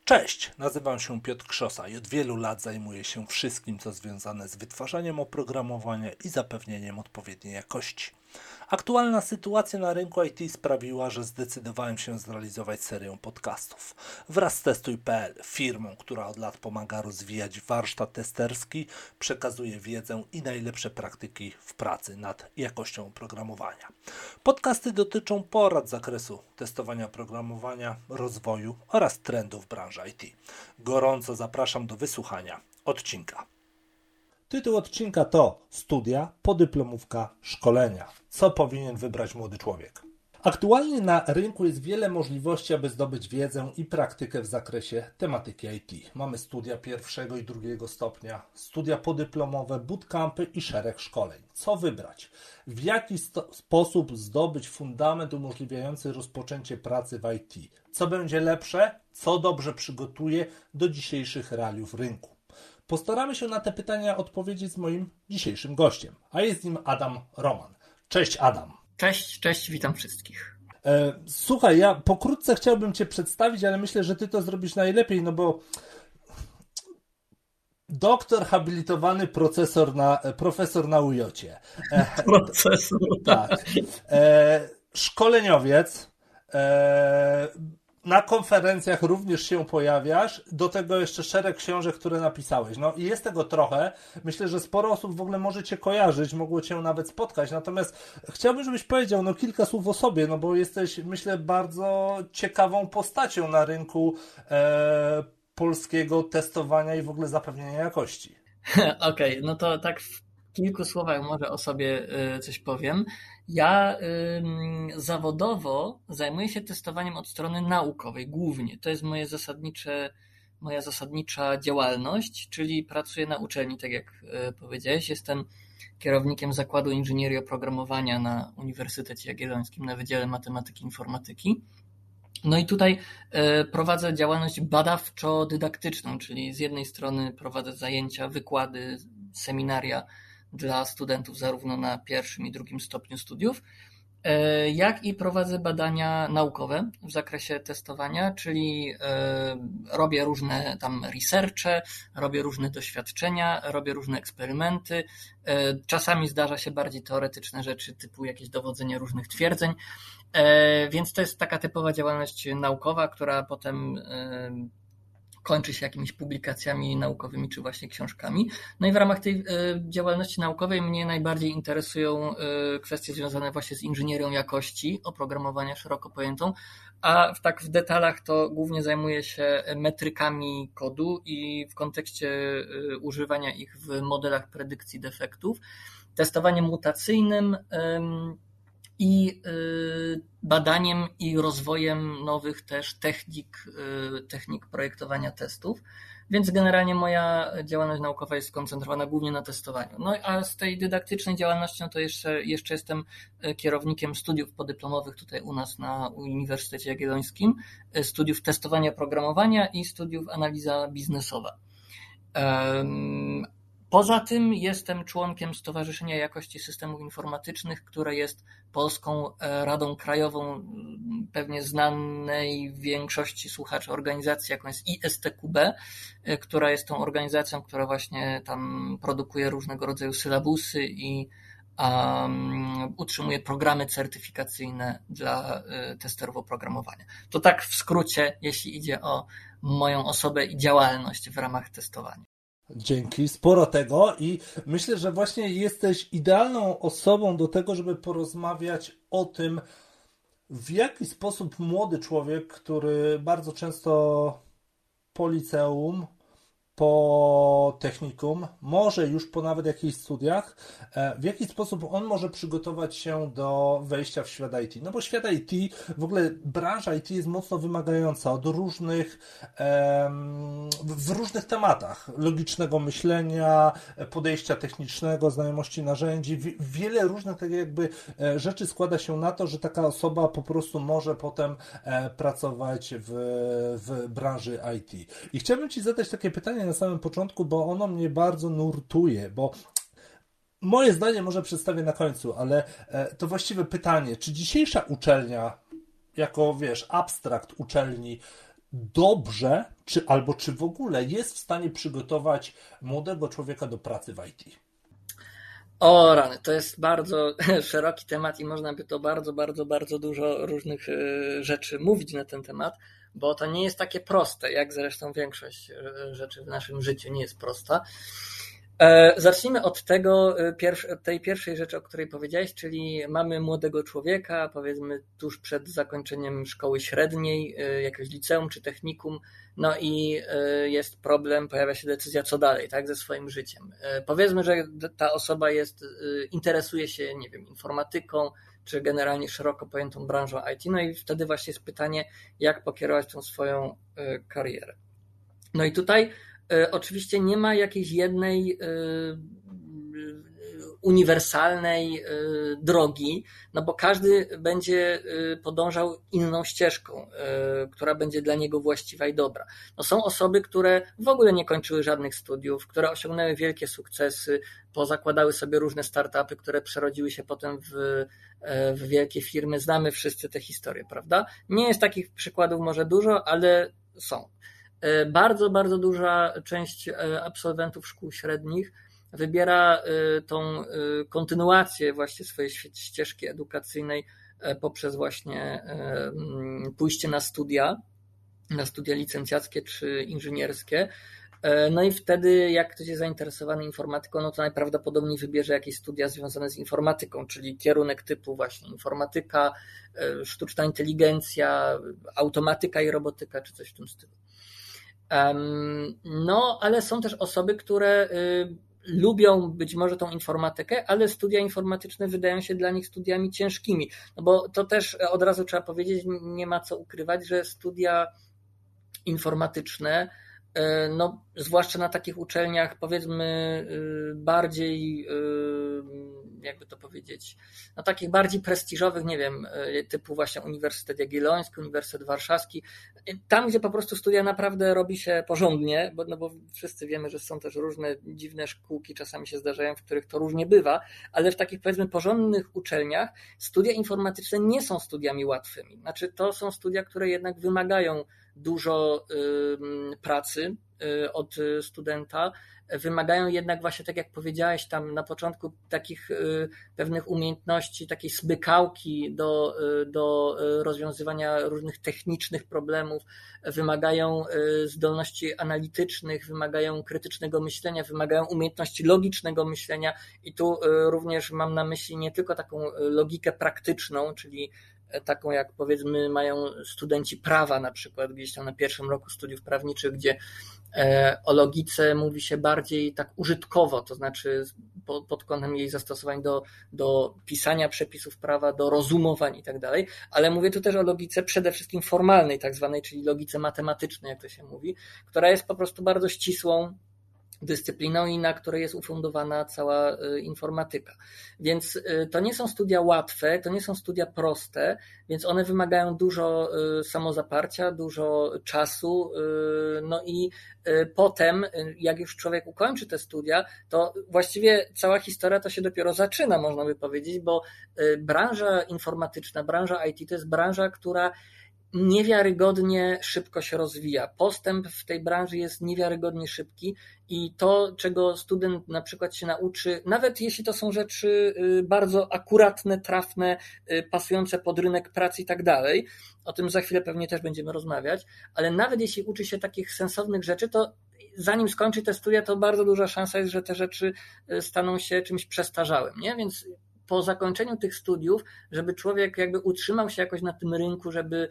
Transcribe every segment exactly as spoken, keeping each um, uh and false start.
Cześć, nazywam się Piotr Krzosa i od wielu lat zajmuję się wszystkim, co związane z wytwarzaniem oprogramowania i zapewnieniem odpowiedniej jakości. Aktualna sytuacja na rynku I T sprawiła, że zdecydowałem się zrealizować serię podcastów. Wraz z testuj kropka p l, firmą, która od lat pomaga rozwijać warsztat testerski, przekazuje wiedzę i najlepsze praktyki w pracy nad jakością oprogramowania. Podcasty dotyczą porad z zakresu testowania oprogramowania, rozwoju oraz trendów branży I T. Gorąco zapraszam do wysłuchania odcinka. Tytuł odcinka to Studia, podyplomówka, szkolenia. Co powinien wybrać młody człowiek? Aktualnie na rynku jest wiele możliwości, aby zdobyć wiedzę i praktykę w zakresie tematyki I T. Mamy studia pierwszego i drugiego stopnia, studia podyplomowe, bootcampy i szereg szkoleń. Co wybrać? W jaki sto- sposób zdobyć fundament umożliwiający rozpoczęcie pracy w I T? Co będzie lepsze? Co dobrze przygotuje do dzisiejszych realiów rynku? Postaramy się na te pytania odpowiedzieć z moim dzisiejszym gościem, a jest nim Adam Roman. Cześć Adam. Cześć, cześć, witam wszystkich. E, słuchaj, ja pokrótce chciałbym Cię przedstawić, ale myślę, że Ty to zrobisz najlepiej, no bo doktor habilitowany procesor na, profesor na U J-cie. E, Procesor. tak. E, szkoleniowiec. E, Na konferencjach również się pojawiasz, do tego jeszcze szereg książek, które napisałeś. No i jest tego trochę. Myślę, że sporo osób w ogóle może Cię kojarzyć, mogło Cię nawet spotkać. Natomiast chciałbym, żebyś powiedział no, kilka słów o sobie, no bo jesteś, myślę, bardzo ciekawą postacią na rynku e, polskiego testowania i w ogóle zapewnienia jakości. Okej, okay, no to tak w kilku słowach może o sobie y, coś powiem. Ja y, zawodowo zajmuję się testowaniem od strony naukowej głównie. To jest moje zasadnicze, moja zasadnicza działalność, czyli pracuję na uczelni, tak jak y, powiedziałeś. Jestem kierownikiem Zakładu Inżynierii Oprogramowania na Uniwersytecie Jagiellońskim na Wydziale Matematyki i Informatyki. No i tutaj y, prowadzę działalność badawczo-dydaktyczną, czyli z jednej strony prowadzę zajęcia, wykłady, seminaria dla studentów zarówno na pierwszym i drugim stopniu studiów, jak i prowadzę badania naukowe w zakresie testowania, czyli robię różne tam researche, robię różne doświadczenia, robię różne eksperymenty. Czasami zdarza się bardziej teoretyczne rzeczy typu jakieś dowodzenie różnych twierdzeń, więc to jest taka typowa działalność naukowa, która potem kończy się jakimiś publikacjami naukowymi czy właśnie książkami. No i w ramach tej działalności naukowej mnie najbardziej interesują kwestie związane właśnie z inżynierią jakości, oprogramowania szeroko pojętą, a w tak w detalach to głównie zajmuję się metrykami kodu i w kontekście używania ich w modelach predykcji defektów, testowaniem mutacyjnym i badaniem i rozwojem nowych też technik, technik projektowania testów, więc generalnie moja działalność naukowa jest skoncentrowana głównie na testowaniu. No a z tej dydaktycznej działalności no to jeszcze, jeszcze jestem kierownikiem studiów podyplomowych tutaj u nas na Uniwersytecie Jagiellońskim, studiów testowania oprogramowania i studiów analiza biznesowa. Um, Poza tym jestem członkiem Stowarzyszenia Jakości Systemów Informatycznych, które jest Polską Radą Krajową, pewnie znanej większości słuchaczy organizacji, jaką jest I S T Q B, która jest tą organizacją, która właśnie tam produkuje różnego rodzaju sylabusy i um, utrzymuje programy certyfikacyjne dla testerów oprogramowania. To tak w skrócie, jeśli idzie o moją osobę i działalność w ramach testowania. Dzięki, sporo tego i myślę, że właśnie jesteś idealną osobą do tego, żeby porozmawiać o tym, w jaki sposób młody człowiek, który bardzo często po liceum, po technikum, może już po nawet jakichś studiach, w jaki sposób on może przygotować się do wejścia w świat I T. No bo świat I T, w ogóle branża I T jest mocno wymagająca od różnych, w różnych tematach logicznego myślenia, podejścia technicznego, znajomości narzędzi. Wiele różnych tak jakby rzeczy składa się na to, że taka osoba po prostu może potem pracować w, w branży I T. I chciałbym Ci zadać takie pytanie na samym początku, bo ono mnie bardzo nurtuje, bo moje zdanie może przedstawię na końcu, ale to właściwe pytanie, czy dzisiejsza uczelnia, jako wiesz, abstrakt uczelni, dobrze, czy albo czy w ogóle jest w stanie przygotować młodego człowieka do pracy w I T? O rany, to jest bardzo szeroki temat i można by to bardzo, bardzo, bardzo dużo różnych rzeczy mówić na ten temat, bo to nie jest takie proste, jak zresztą większość rzeczy w naszym życiu nie jest prosta. Zacznijmy od tego, tej pierwszej rzeczy, o której powiedziałeś, czyli mamy młodego człowieka, powiedzmy tuż przed zakończeniem szkoły średniej, jakiegoś liceum czy technikum, no i jest problem, pojawia się decyzja, co dalej, tak, ze swoim życiem. Powiedzmy, że ta osoba jest, interesuje się, nie wiem, informatyką, czy generalnie szeroko pojętą branżą I T, no i wtedy właśnie jest pytanie, jak pokierować tą swoją karierę. No i tutaj oczywiście nie ma jakiejś jednej uniwersalnej drogi, no bo każdy będzie podążał inną ścieżką, która będzie dla niego właściwa i dobra. No są osoby, które w ogóle nie kończyły żadnych studiów, które osiągnęły wielkie sukcesy, pozakładały sobie różne startupy, które przerodziły się potem w, w wielkie firmy. Znamy wszyscy te historie, prawda? Nie jest takich przykładów może dużo, ale są. Bardzo, bardzo duża część absolwentów szkół średnich wybiera tą kontynuację właśnie swojej ścieżki edukacyjnej poprzez właśnie pójście na studia, na studia licencjackie czy inżynierskie. No i wtedy, jak ktoś jest zainteresowany informatyką, no to najprawdopodobniej wybierze jakieś studia związane z informatyką, czyli kierunek typu właśnie informatyka, sztuczna inteligencja, automatyka i robotyka, czy coś w tym stylu. No, ale są też osoby, które lubią być może tą informatykę, ale studia informatyczne wydają się dla nich studiami ciężkimi. No bo to też od razu trzeba powiedzieć, nie ma co ukrywać, że studia informatyczne, no, zwłaszcza na takich uczelniach, powiedzmy, bardziej, jakby to powiedzieć, no takich bardziej prestiżowych, nie wiem, typu właśnie Uniwersytet Jagielloński, Uniwersytet Warszawski, tam, gdzie po prostu studia naprawdę robi się porządnie, bo, no bo wszyscy wiemy, że są też różne dziwne szkółki, czasami się zdarzają, w których to różnie bywa, ale w takich, powiedzmy, porządnych uczelniach studia informatyczne nie są studiami łatwymi. Znaczy, to są studia, które jednak wymagają dużo pracy od studenta, wymagają jednak właśnie, tak jak powiedziałeś tam na początku, takich pewnych umiejętności, takiej smykałki do, do rozwiązywania różnych technicznych problemów, wymagają zdolności analitycznych, wymagają krytycznego myślenia, wymagają umiejętności logicznego myślenia i tu również mam na myśli nie tylko taką logikę praktyczną, czyli taką jak powiedzmy mają studenci prawa na przykład gdzieś tam na pierwszym roku studiów prawniczych, gdzie o logice mówi się bardziej tak użytkowo, to znaczy pod kątem jej zastosowań do, do pisania przepisów prawa, do rozumowań i tak dalej, ale mówię tu też o logice przede wszystkim formalnej tak zwanej, czyli logice matematycznej, jak to się mówi, która jest po prostu bardzo ścisłą dyscypliną i na której jest ufundowana cała informatyka. Więc to nie są studia łatwe, to nie są studia proste, więc one wymagają dużo samozaparcia, dużo czasu, no i potem, jak już człowiek ukończy te studia, to właściwie cała historia to się dopiero zaczyna, można by powiedzieć, bo branża informatyczna, branża I T to jest branża, która niewiarygodnie szybko się rozwija. Postęp w tej branży jest niewiarygodnie szybki i to, czego student na przykład się nauczy, nawet jeśli to są rzeczy bardzo akuratne, trafne, pasujące pod rynek pracy i tak dalej, o tym za chwilę pewnie też będziemy rozmawiać, ale nawet jeśli uczy się takich sensownych rzeczy, to zanim skończy te studia, to bardzo duża szansa jest, że te rzeczy staną się czymś przestarzałym, nie? Więc po zakończeniu tych studiów, żeby człowiek jakby utrzymał się jakoś na tym rynku, żeby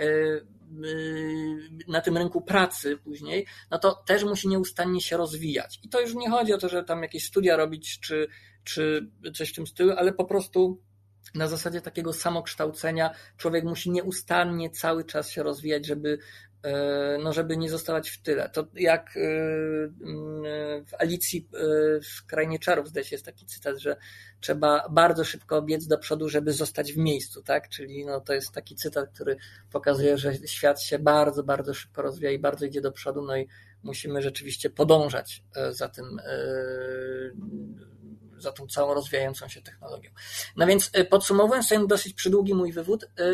na tym rynku pracy później, no to też musi nieustannie się rozwijać. I to już nie chodzi o to, że tam jakieś studia robić, czy, czy coś w tym stylu, ale po prostu na zasadzie takiego samokształcenia człowiek musi nieustannie cały czas się rozwijać, żeby no żeby nie zostawać w tyle. To jak w Alicji w Krainie Czarów, zdaje się, jest taki cytat, że trzeba bardzo szybko biec do przodu, żeby zostać w miejscu, tak? Czyli no to jest taki cytat, który pokazuje, że świat się bardzo, bardzo szybko rozwija i bardzo idzie do przodu, no i musimy rzeczywiście podążać za tym, za tą całą rozwijającą się technologią. No więc podsumowując ten dosyć przydługi mój wywód,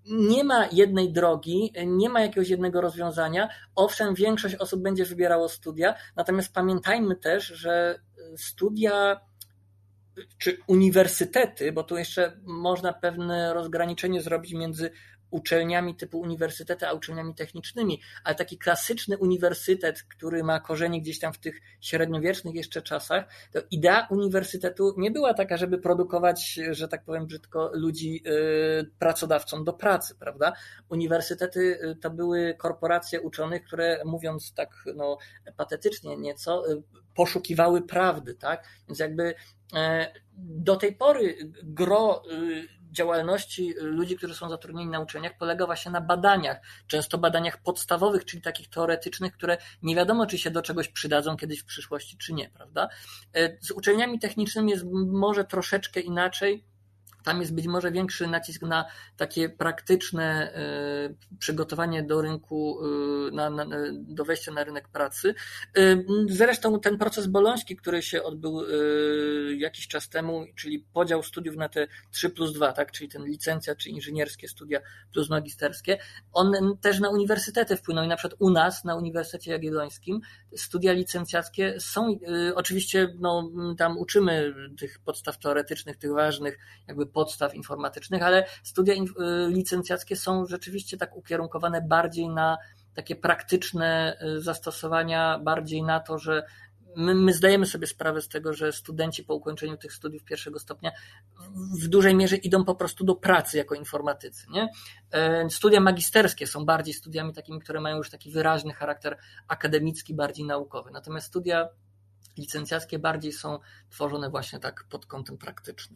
nie ma jednej drogi, nie ma jakiegoś jednego rozwiązania. Owszem, większość osób będzie wybierało studia, natomiast pamiętajmy też, że studia czy uniwersytety, bo tu jeszcze można pewne rozgraniczenie zrobić między uczelniami typu uniwersytety, a uczelniami technicznymi, ale taki klasyczny uniwersytet, który ma korzenie gdzieś tam w tych średniowiecznych jeszcze czasach, to idea uniwersytetu nie była taka, żeby produkować, że tak powiem brzydko, ludzi pracodawcom do pracy, prawda? Uniwersytety to były korporacje uczonych, które, mówiąc tak no, patetycznie nieco, poszukiwały prawdy, tak? Więc jakby do tej pory gro działalności ludzi, którzy są zatrudnieni na uczelniach, polega właśnie na badaniach, często badaniach podstawowych, czyli takich teoretycznych, które nie wiadomo, czy się do czegoś przydadzą kiedyś w przyszłości, czy nie, prawda? Z uczelniami technicznymi jest może troszeczkę inaczej. Tam jest być może większy nacisk na takie praktyczne przygotowanie do rynku, na, na, do wejścia na rynek pracy. Zresztą ten proces boloński, który się odbył jakiś czas temu, czyli podział studiów na te trzy plus dwa, tak, czyli ten licencja czy inżynierskie studia plus magisterskie, on też na uniwersytety wpłynął i na przykład u nas na Uniwersytecie Jagiellońskim studia licencjackie są, oczywiście no, tam uczymy tych podstaw teoretycznych, tych ważnych jakby podstaw informatycznych, ale studia licencjackie są rzeczywiście tak ukierunkowane bardziej na takie praktyczne zastosowania, bardziej na to, że my, my zdajemy sobie sprawę z tego, że studenci po ukończeniu tych studiów pierwszego stopnia w dużej mierze idą po prostu do pracy jako informatycy. Nie? Studia magisterskie są bardziej studiami takimi, które mają już taki wyraźny charakter akademicki, bardziej naukowy. Natomiast studia licencjackie bardziej są tworzone właśnie tak pod kątem praktycznym.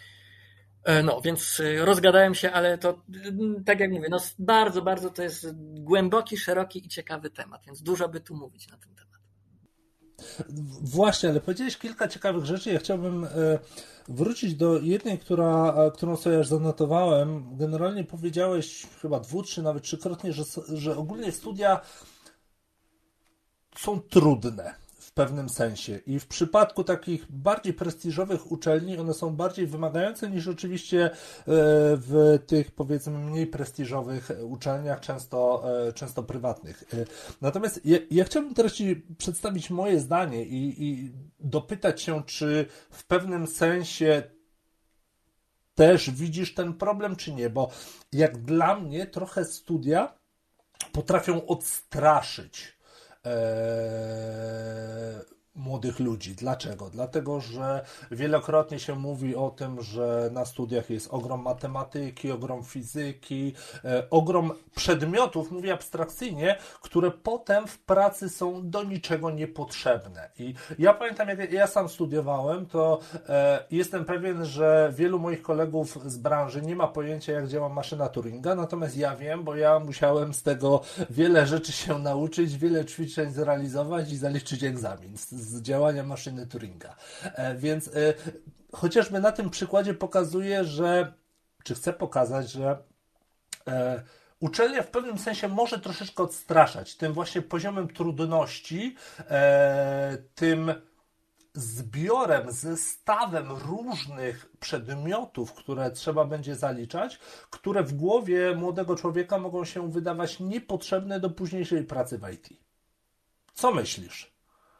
No, więc rozgadałem się, ale to tak jak mówię, no bardzo, bardzo to jest głęboki, szeroki i ciekawy temat, więc dużo by tu mówić na ten temat. Właśnie, ale powiedziałeś kilka ciekawych rzeczy. Ja chciałbym wrócić do jednej, która, którą sobie już zanotowałem. Generalnie powiedziałeś chyba dwu, trzy, nawet trzykrotnie, że, że ogólnie studia są trudne w pewnym sensie i w przypadku takich bardziej prestiżowych uczelni one są bardziej wymagające niż oczywiście w tych powiedzmy mniej prestiżowych uczelniach, często, często prywatnych. Natomiast ja, ja chciałbym teraz Ci przedstawić moje zdanie i, i dopytać się, czy w pewnym sensie też widzisz ten problem, czy nie, bo jak dla mnie trochę studia potrafią odstraszyć młodych ludzi. Dlaczego? Dlatego, że wielokrotnie się mówi o tym, że na studiach jest ogrom matematyki, ogrom fizyki, ogrom przedmiotów, mówię abstrakcyjnie, które potem w pracy są do niczego niepotrzebne. I ja pamiętam, jak ja sam studiowałem, to jestem pewien, że wielu moich kolegów z branży nie ma pojęcia, jak działa maszyna Turinga, natomiast ja wiem, bo ja musiałem z tego wiele rzeczy się nauczyć, wiele ćwiczeń zrealizować i zaliczyć egzamin z działania maszyny Turinga. E, więc e, chociażby na tym przykładzie pokazuje, że, czy chcę pokazać, że e, uczelnia w pewnym sensie może troszeczkę odstraszać tym właśnie poziomem trudności, e, tym zbiorem, zestawem różnych przedmiotów, które trzeba będzie zaliczać, które w głowie młodego człowieka mogą się wydawać niepotrzebne do późniejszej pracy w I T. Co myślisz?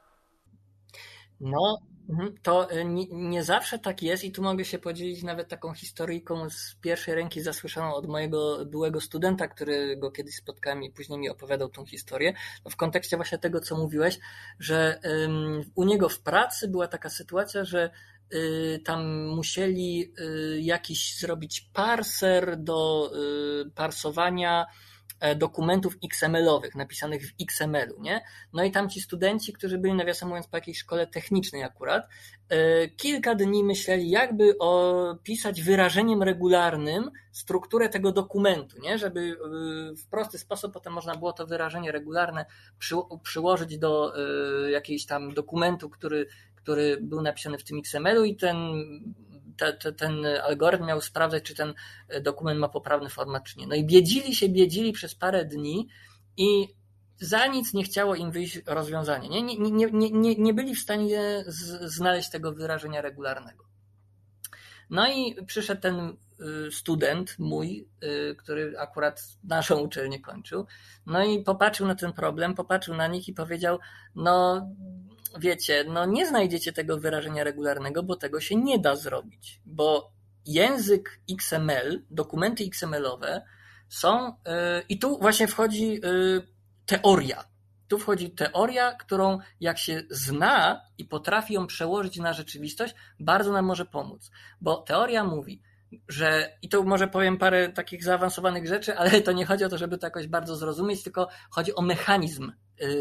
No, to nie, nie zawsze tak jest i tu mogę się podzielić nawet taką historyjką z pierwszej ręki zasłyszaną od mojego byłego studenta, którego kiedyś spotkałem i później mi opowiadał tą historię, w kontekście właśnie tego, co mówiłeś, że u niego w pracy była taka sytuacja, że tam musieli jakiś zrobić parser do parsowania dokumentów X M L-owych, napisanych w X M L-u, nie? No i tam ci studenci, którzy byli, nawiasem mówiąc, po jakiejś szkole technicznej akurat, kilka dni myśleli, jakby opisać wyrażeniem regularnym strukturę tego dokumentu, nie? Żeby w prosty sposób potem można było to wyrażenie regularne przy, przyłożyć do jakiegoś tam dokumentu, który, który był napisany w tym X M L-u i ten Te, te, ten algorytm miał sprawdzać, czy ten dokument ma poprawny format, czy nie. No i biedzili się, biedzili przez parę dni i za nic nie chciało im wyjść rozwiązanie. Nie, nie, nie, nie, nie byli w stanie z, znaleźć tego wyrażenia regularnego. No i przyszedł ten student mój, który akurat naszą uczelnię kończył, no i popatrzył na ten problem, popatrzył na nich i powiedział, no wiecie, no nie znajdziecie tego wyrażenia regularnego, bo tego się nie da zrobić, bo język X M L, dokumenty X M L-owe są, i tu właśnie wchodzi teoria. Tu wchodzi teoria, którą jak się zna i potrafi ją przełożyć na rzeczywistość, bardzo nam może pomóc. Bo teoria mówi, że, i tu może powiem parę takich zaawansowanych rzeczy, ale to nie chodzi o to, żeby to jakoś bardzo zrozumieć, tylko chodzi o mechanizm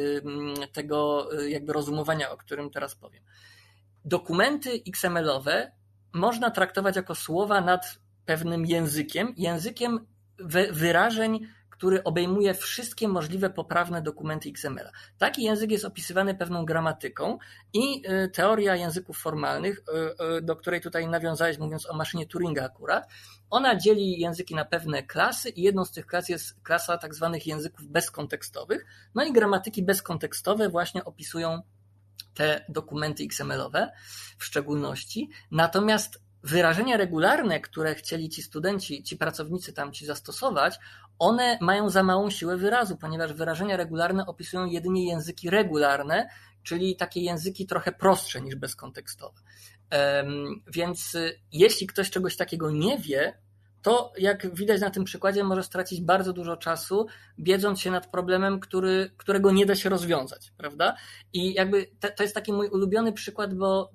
tego jakby rozumowania, o którym teraz powiem. Dokumenty X M L-owe można traktować jako słowa nad pewnym językiem, językiem wyrażeń, który obejmuje wszystkie możliwe poprawne dokumenty X M L-a. Taki język jest opisywany pewną gramatyką i teoria języków formalnych, do której tutaj nawiązałeś, mówiąc o maszynie Turinga akurat, ona dzieli języki na pewne klasy i jedną z tych klas jest klasa tak zwanych języków bezkontekstowych. No i gramatyki bezkontekstowe właśnie opisują te dokumenty X M L-owe w szczególności. Natomiast wyrażenia regularne, które chcieli ci studenci, ci pracownicy tam ci zastosować, one mają za małą siłę wyrazu, ponieważ wyrażenia regularne opisują jedynie języki regularne, czyli takie języki trochę prostsze niż bezkontekstowe. Więc jeśli ktoś czegoś takiego nie wie, to jak widać na tym przykładzie może stracić bardzo dużo czasu, biedząc się nad problemem, który, którego nie da się rozwiązać, prawda? I jakby te, to jest taki mój ulubiony przykład, bo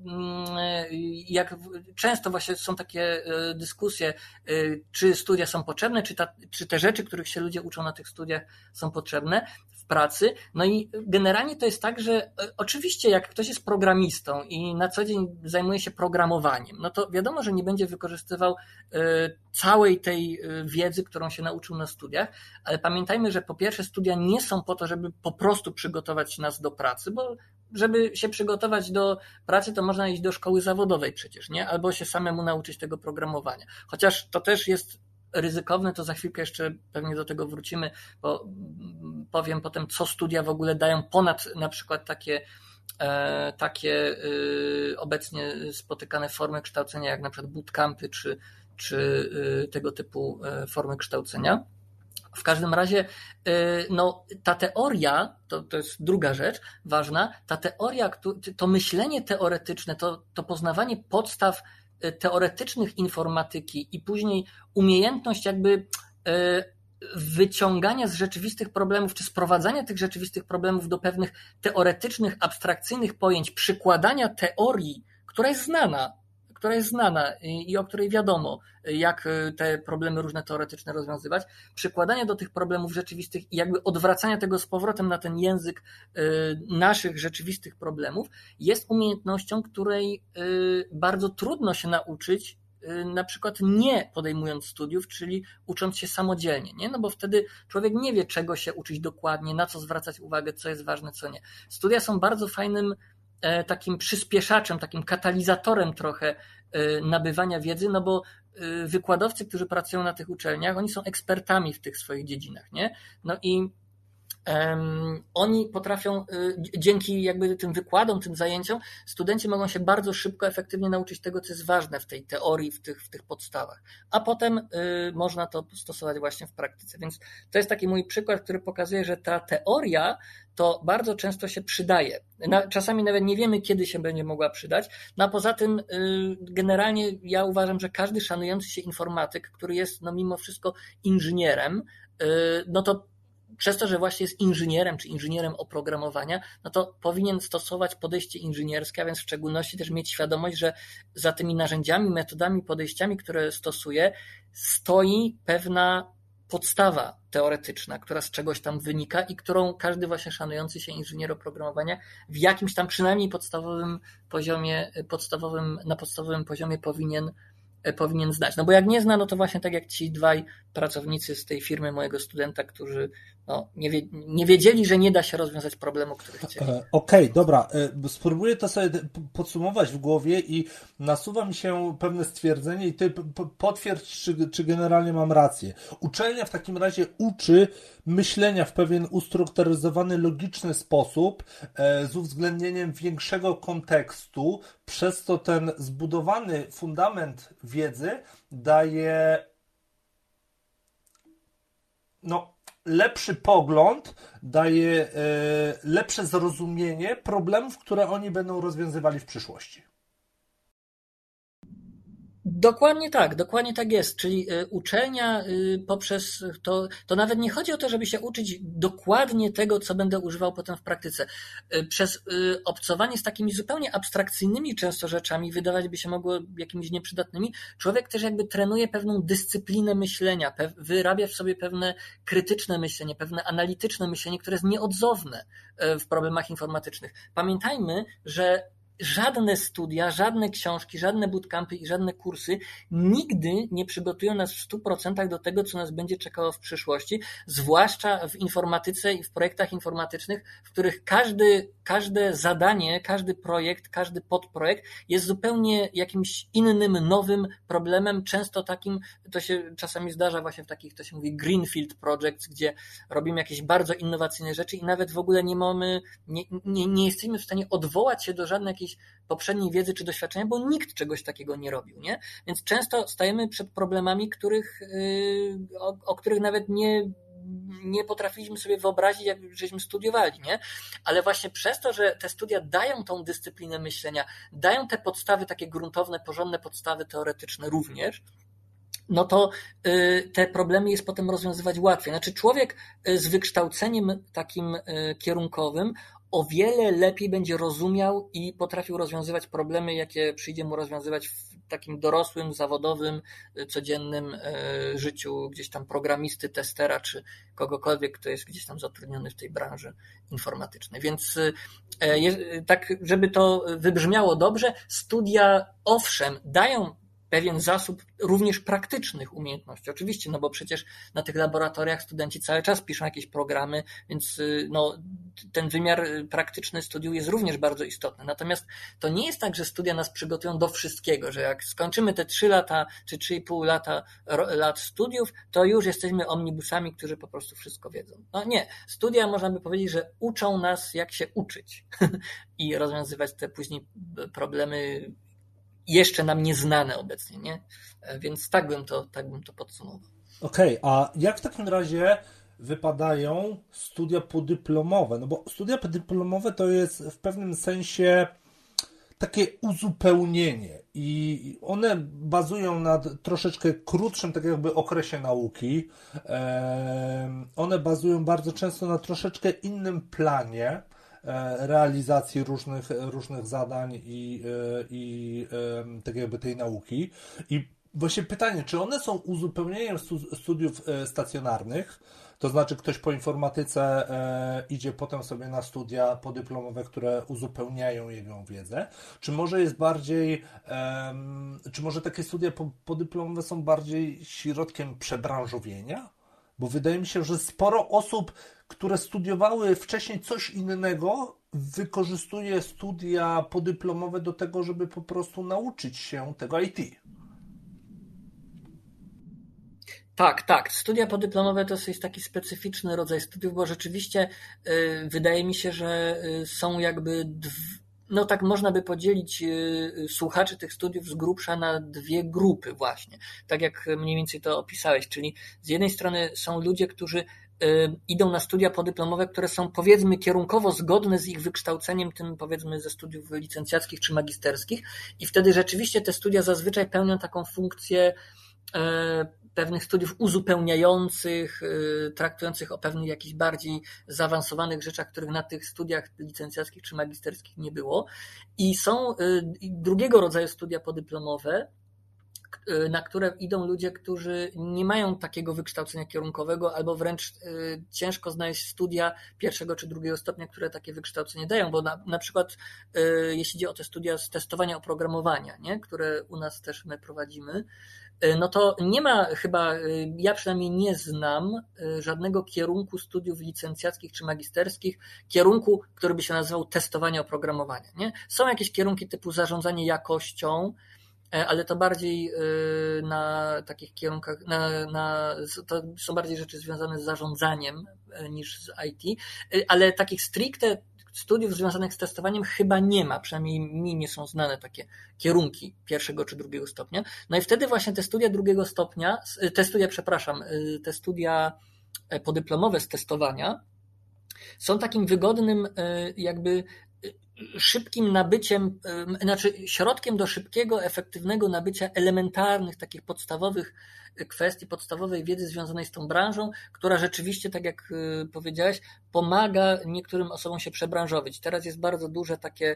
jak często właśnie są takie dyskusje, czy studia są potrzebne, czy, ta, czy te rzeczy, których się ludzie uczą na tych studiach są potrzebne w pracy. No i generalnie to jest tak, że oczywiście jak ktoś jest programistą i na co dzień zajmuje się programowaniem, no to wiadomo, że nie będzie wykorzystywał całej tej wiedzy, którą się nauczył na studiach, ale pamiętajmy, że po pierwsze studia nie są po to, żeby po prostu przygotować nas do pracy, bo żeby się przygotować do pracy, to można iść do szkoły zawodowej przecież, nie? Albo się samemu nauczyć tego programowania. Chociaż to też jest ryzykowne, to za chwilkę jeszcze pewnie do tego wrócimy, bo powiem potem, co studia w ogóle dają ponad na przykład takie takie obecnie spotykane formy kształcenia, jak na przykład bootcampy, czy, czy tego typu formy kształcenia. W każdym razie no, ta teoria, to, to jest druga rzecz ważna, ta teoria, to myślenie teoretyczne, to, to poznawanie podstaw teoretycznych informatyki i później umiejętność jakby wyciągania z rzeczywistych problemów, czy sprowadzania tych rzeczywistych problemów do pewnych teoretycznych, abstrakcyjnych pojęć, przykładania teorii, która jest znana, która jest znana i o której wiadomo, jak te problemy różne teoretyczne rozwiązywać, przykładania do tych problemów rzeczywistych i jakby odwracania tego z powrotem na ten język naszych rzeczywistych problemów, jest umiejętnością, której bardzo trudno się nauczyć, na przykład nie podejmując studiów, czyli ucząc się samodzielnie, nie? No bo wtedy człowiek nie wie, czego się uczyć dokładnie, na co zwracać uwagę, co jest ważne, co nie. Studia są bardzo fajnym takim przyspieszaczem, takim katalizatorem trochę nabywania wiedzy, no bo wykładowcy, którzy pracują na tych uczelniach, oni są ekspertami w tych swoich dziedzinach, nie? No i Um, oni potrafią, y, dzięki jakby tym wykładom, tym zajęciom, studenci mogą się bardzo szybko, efektywnie nauczyć tego, co jest ważne w tej teorii, w tych, w tych podstawach, a potem y, można to stosować właśnie w praktyce. Więc to jest taki mój przykład, który pokazuje, że ta teoria to bardzo często się przydaje. Na, czasami nawet nie wiemy, kiedy się będzie mogła przydać. No a poza tym y, generalnie ja uważam, że każdy szanujący się informatyk, który jest no mimo wszystko inżynierem, y, no to przez to, że właśnie jest inżynierem, czy inżynierem oprogramowania, no to powinien stosować podejście inżynierskie, a więc w szczególności też mieć świadomość, że za tymi narzędziami, metodami, podejściami, które stosuje, stoi pewna podstawa teoretyczna, która z czegoś tam wynika i którą każdy właśnie szanujący się inżynier oprogramowania w jakimś tam przynajmniej podstawowym poziomie, podstawowym, na podstawowym poziomie powinien powinien znać. No bo jak nie zna, no to właśnie tak jak ci dwaj pracownicy z tej firmy mojego studenta, którzy no, nie, wie, nie wiedzieli, że nie da się rozwiązać problemu, który chcieli. Okej, okay, dobra. Spróbuję to sobie podsumować w głowie i nasuwa mi się pewne stwierdzenie i ty potwierdź, czy, czy generalnie mam rację. Uczelnia w takim razie uczy myślenia w pewien ustrukturyzowany, logiczny sposób z uwzględnieniem większego kontekstu, przez to ten zbudowany fundament wiedzy daje no lepszy pogląd, daje e, lepsze zrozumienie problemów, które oni będą rozwiązywali w przyszłości. Dokładnie tak, dokładnie tak jest. Czyli uczelnia poprzez to, to nawet nie chodzi o to, żeby się uczyć dokładnie tego, co będę używał potem w praktyce. Przez obcowanie z takimi zupełnie abstrakcyjnymi często rzeczami, wydawać by się mogło jakimiś nieprzydatnymi, człowiek też jakby trenuje pewną dyscyplinę myślenia, wyrabia w sobie pewne krytyczne myślenie, pewne analityczne myślenie, które jest nieodzowne w problemach informatycznych. Pamiętajmy, że żadne studia, żadne książki, żadne bootcampy i żadne kursy nigdy nie przygotują nas w stu procentach do tego, co nas będzie czekało w przyszłości, zwłaszcza w informatyce i w projektach informatycznych, w których każdy, każde zadanie, każdy projekt, każdy podprojekt jest zupełnie jakimś innym, nowym problemem, często takim, to się czasami zdarza właśnie w takich, to się mówi greenfield projects, gdzie robimy jakieś bardzo innowacyjne rzeczy i nawet w ogóle nie mamy, nie, nie, nie jesteśmy w stanie odwołać się do żadnej jakiejś poprzedniej wiedzy czy doświadczenia, bo nikt czegoś takiego nie robił, nie? Więc często stajemy przed problemami, których, o, o których nawet nie, nie potrafiliśmy sobie wyobrazić, jak żeśmy studiowali, nie? Ale właśnie przez to, że te studia dają tą dyscyplinę myślenia, dają te podstawy, takie gruntowne, porządne podstawy teoretyczne również, no to te problemy jest potem rozwiązywać łatwiej. Znaczy człowiek z wykształceniem takim kierunkowym o wiele lepiej będzie rozumiał i potrafił rozwiązywać problemy, jakie przyjdzie mu rozwiązywać w takim dorosłym, zawodowym, codziennym życiu gdzieś tam programisty, testera czy kogokolwiek, kto jest gdzieś tam zatrudniony w tej branży informatycznej. Więc tak, żeby to wybrzmiało dobrze, studia owszem dają pewien zasób również praktycznych umiejętności. Oczywiście, no bo przecież na tych laboratoriach studenci cały czas piszą jakieś programy, więc no, ten wymiar praktyczny studiów jest również bardzo istotny. Natomiast to nie jest tak, że studia nas przygotują do wszystkiego, że jak skończymy te trzy lata czy trzy i pół lata lat studiów, to już jesteśmy omnibusami, którzy po prostu wszystko wiedzą. No nie. Studia można by powiedzieć, że uczą nas, jak się uczyć i rozwiązywać te później problemy jeszcze nam nieznane obecnie, nie? Więc tak bym to, tak bym to podsumował. Okej, okay, a jak w takim razie wypadają studia podyplomowe? No bo studia podyplomowe to jest w pewnym sensie takie uzupełnienie i one bazują na troszeczkę krótszym tak jakby okresie nauki. One bazują bardzo często na troszeczkę innym planie realizacji różnych, różnych zadań i, i tak jakby tej nauki. I właśnie pytanie, czy one są uzupełnieniem studiów stacjonarnych, to znaczy ktoś po informatyce idzie potem sobie na studia podyplomowe, które uzupełniają jego wiedzę, czy może jest bardziej, czy może takie studia podyplomowe są bardziej środkiem przebranżowienia? Bo wydaje mi się, że sporo osób, które studiowały wcześniej coś innego, wykorzystuje studia podyplomowe do tego, żeby po prostu nauczyć się tego I T. Tak, tak. Studia podyplomowe to jest taki specyficzny rodzaj studiów, bo rzeczywiście yy, wydaje mi się, że yy, są jakby dw... no tak można by podzielić yy, słuchaczy tych studiów z grubsza na dwie grupy właśnie. Tak jak mniej więcej to opisałeś, czyli z jednej strony są ludzie, którzy idą na studia podyplomowe, które są powiedzmy kierunkowo zgodne z ich wykształceniem, tym powiedzmy ze studiów licencjackich czy magisterskich i wtedy rzeczywiście te studia zazwyczaj pełnią taką funkcję pewnych studiów uzupełniających, traktujących o pewnych jakichś bardziej zaawansowanych rzeczach, których na tych studiach licencjackich czy magisterskich nie było. I są drugiego rodzaju studia podyplomowe, na które idą ludzie, którzy nie mają takiego wykształcenia kierunkowego, albo wręcz ciężko znaleźć studia pierwszego czy drugiego stopnia, które takie wykształcenie dają, bo na, na przykład jeśli chodzi o te studia z testowania oprogramowania, nie? Które u nas też my prowadzimy, no to nie ma chyba, ja przynajmniej nie znam żadnego kierunku studiów licencjackich czy magisterskich, kierunku, który by się nazywał testowanie oprogramowania. Nie? Są jakieś kierunki typu zarządzanie jakością, ale to bardziej na takich kierunkach, na, na, to są bardziej rzeczy związane z zarządzaniem niż z I T, ale takich stricte studiów związanych z testowaniem chyba nie ma, przynajmniej mi nie są znane takie kierunki pierwszego czy drugiego stopnia. No i wtedy właśnie te studia drugiego stopnia, te studia, przepraszam, te studia podyplomowe z testowania są takim wygodnym jakby szybkim nabyciem, znaczy środkiem do szybkiego, efektywnego nabycia elementarnych, takich podstawowych kwestii, podstawowej wiedzy związanej z tą branżą, która rzeczywiście, tak jak powiedziałeś, pomaga niektórym osobom się przebranżowić. Teraz jest bardzo duże takie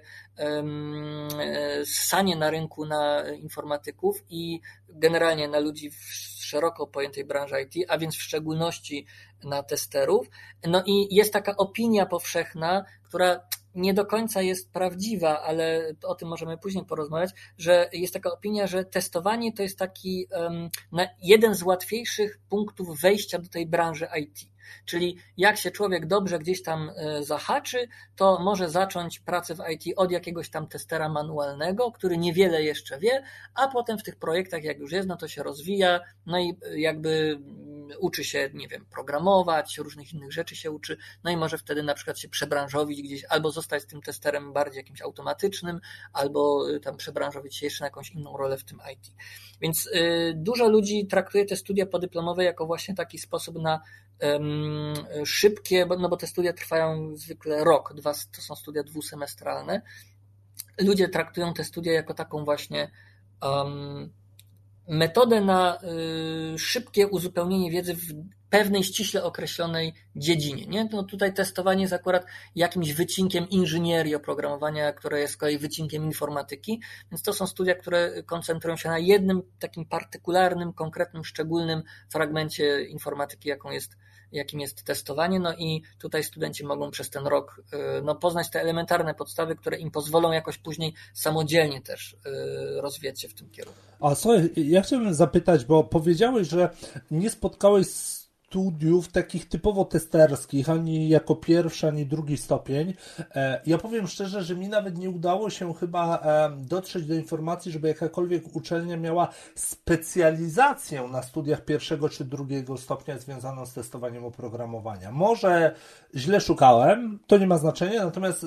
um, ssanie na rynku na informatyków i generalnie na ludzi w szeroko pojętej branży I T, a więc w szczególności na testerów. No i jest taka opinia powszechna, która nie do końca jest prawdziwa, ale o tym możemy później porozmawiać, że jest taka opinia, że testowanie to jest taki um, jeden z łatwiejszych punktów wejścia do tej branży I T. Czyli jak się człowiek dobrze gdzieś tam zahaczy, to może zacząć pracę w I T od jakiegoś tam testera manualnego, który niewiele jeszcze wie, a potem w tych projektach jak już jest, no to się rozwija, no i jakby uczy się, nie wiem, programować, różnych innych rzeczy się uczy, no i może wtedy na przykład się przebranżowić gdzieś, albo zostać tym testerem bardziej jakimś automatycznym, albo tam przebranżowić się jeszcze na jakąś inną rolę w tym I T. Więc y, dużo ludzi traktuje te studia podyplomowe jako właśnie taki sposób na um, szybkie, bo, no bo te studia trwają zwykle rok, dwa, to są studia dwusemestralne. Ludzie traktują te studia jako taką właśnie um, metodę na y, szybkie uzupełnienie wiedzy w pewnej ściśle określonej dziedzinie. Nie? No tutaj testowanie jest akurat jakimś wycinkiem inżynierii oprogramowania, które jest z kolei wycinkiem informatyki, więc to są studia, które koncentrują się na jednym takim partykularnym, konkretnym, szczególnym fragmencie informatyki, jaką jest, jakim jest testowanie, no i tutaj studenci mogą przez ten rok no, poznać te elementarne podstawy, które im pozwolą jakoś później samodzielnie też y, rozwijać się w tym kierunku. A słuchaj, ja chciałbym zapytać, bo powiedziałeś, że nie spotkałeś studiów takich typowo testerskich, ani jako pierwszy, ani drugi stopień. Ja powiem szczerze, że mi nawet nie udało się chyba dotrzeć do informacji, żeby jakakolwiek uczelnia miała specjalizację na studiach pierwszego czy drugiego stopnia związaną z testowaniem oprogramowania. Może źle szukałem, to nie ma znaczenia, natomiast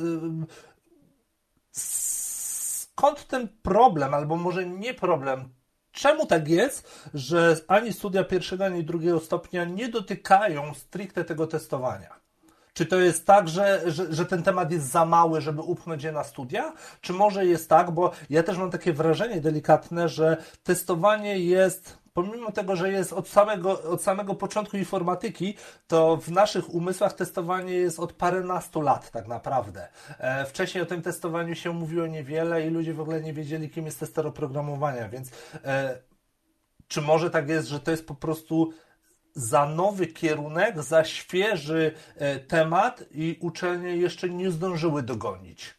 skąd ten problem, albo może nie problem? Czemu tak jest, że ani studia pierwszego, ani drugiego stopnia nie dotykają stricte tego testowania? Czy to jest tak, że, że, że ten temat jest za mały, żeby upchnąć je na studia? Czy może jest tak, bo ja też mam takie wrażenie delikatne, że testowanie jest, pomimo tego, że jest od samego, od samego początku informatyki, to w naszych umysłach testowanie jest od parunastu lat tak naprawdę. E, wcześniej o tym testowaniu się mówiło niewiele i ludzie w ogóle nie wiedzieli, kim jest tester oprogramowania, więc e, czy może tak jest, że to jest po prostu za nowy kierunek, za świeży e, temat i uczelnie jeszcze nie zdążyły dogonić?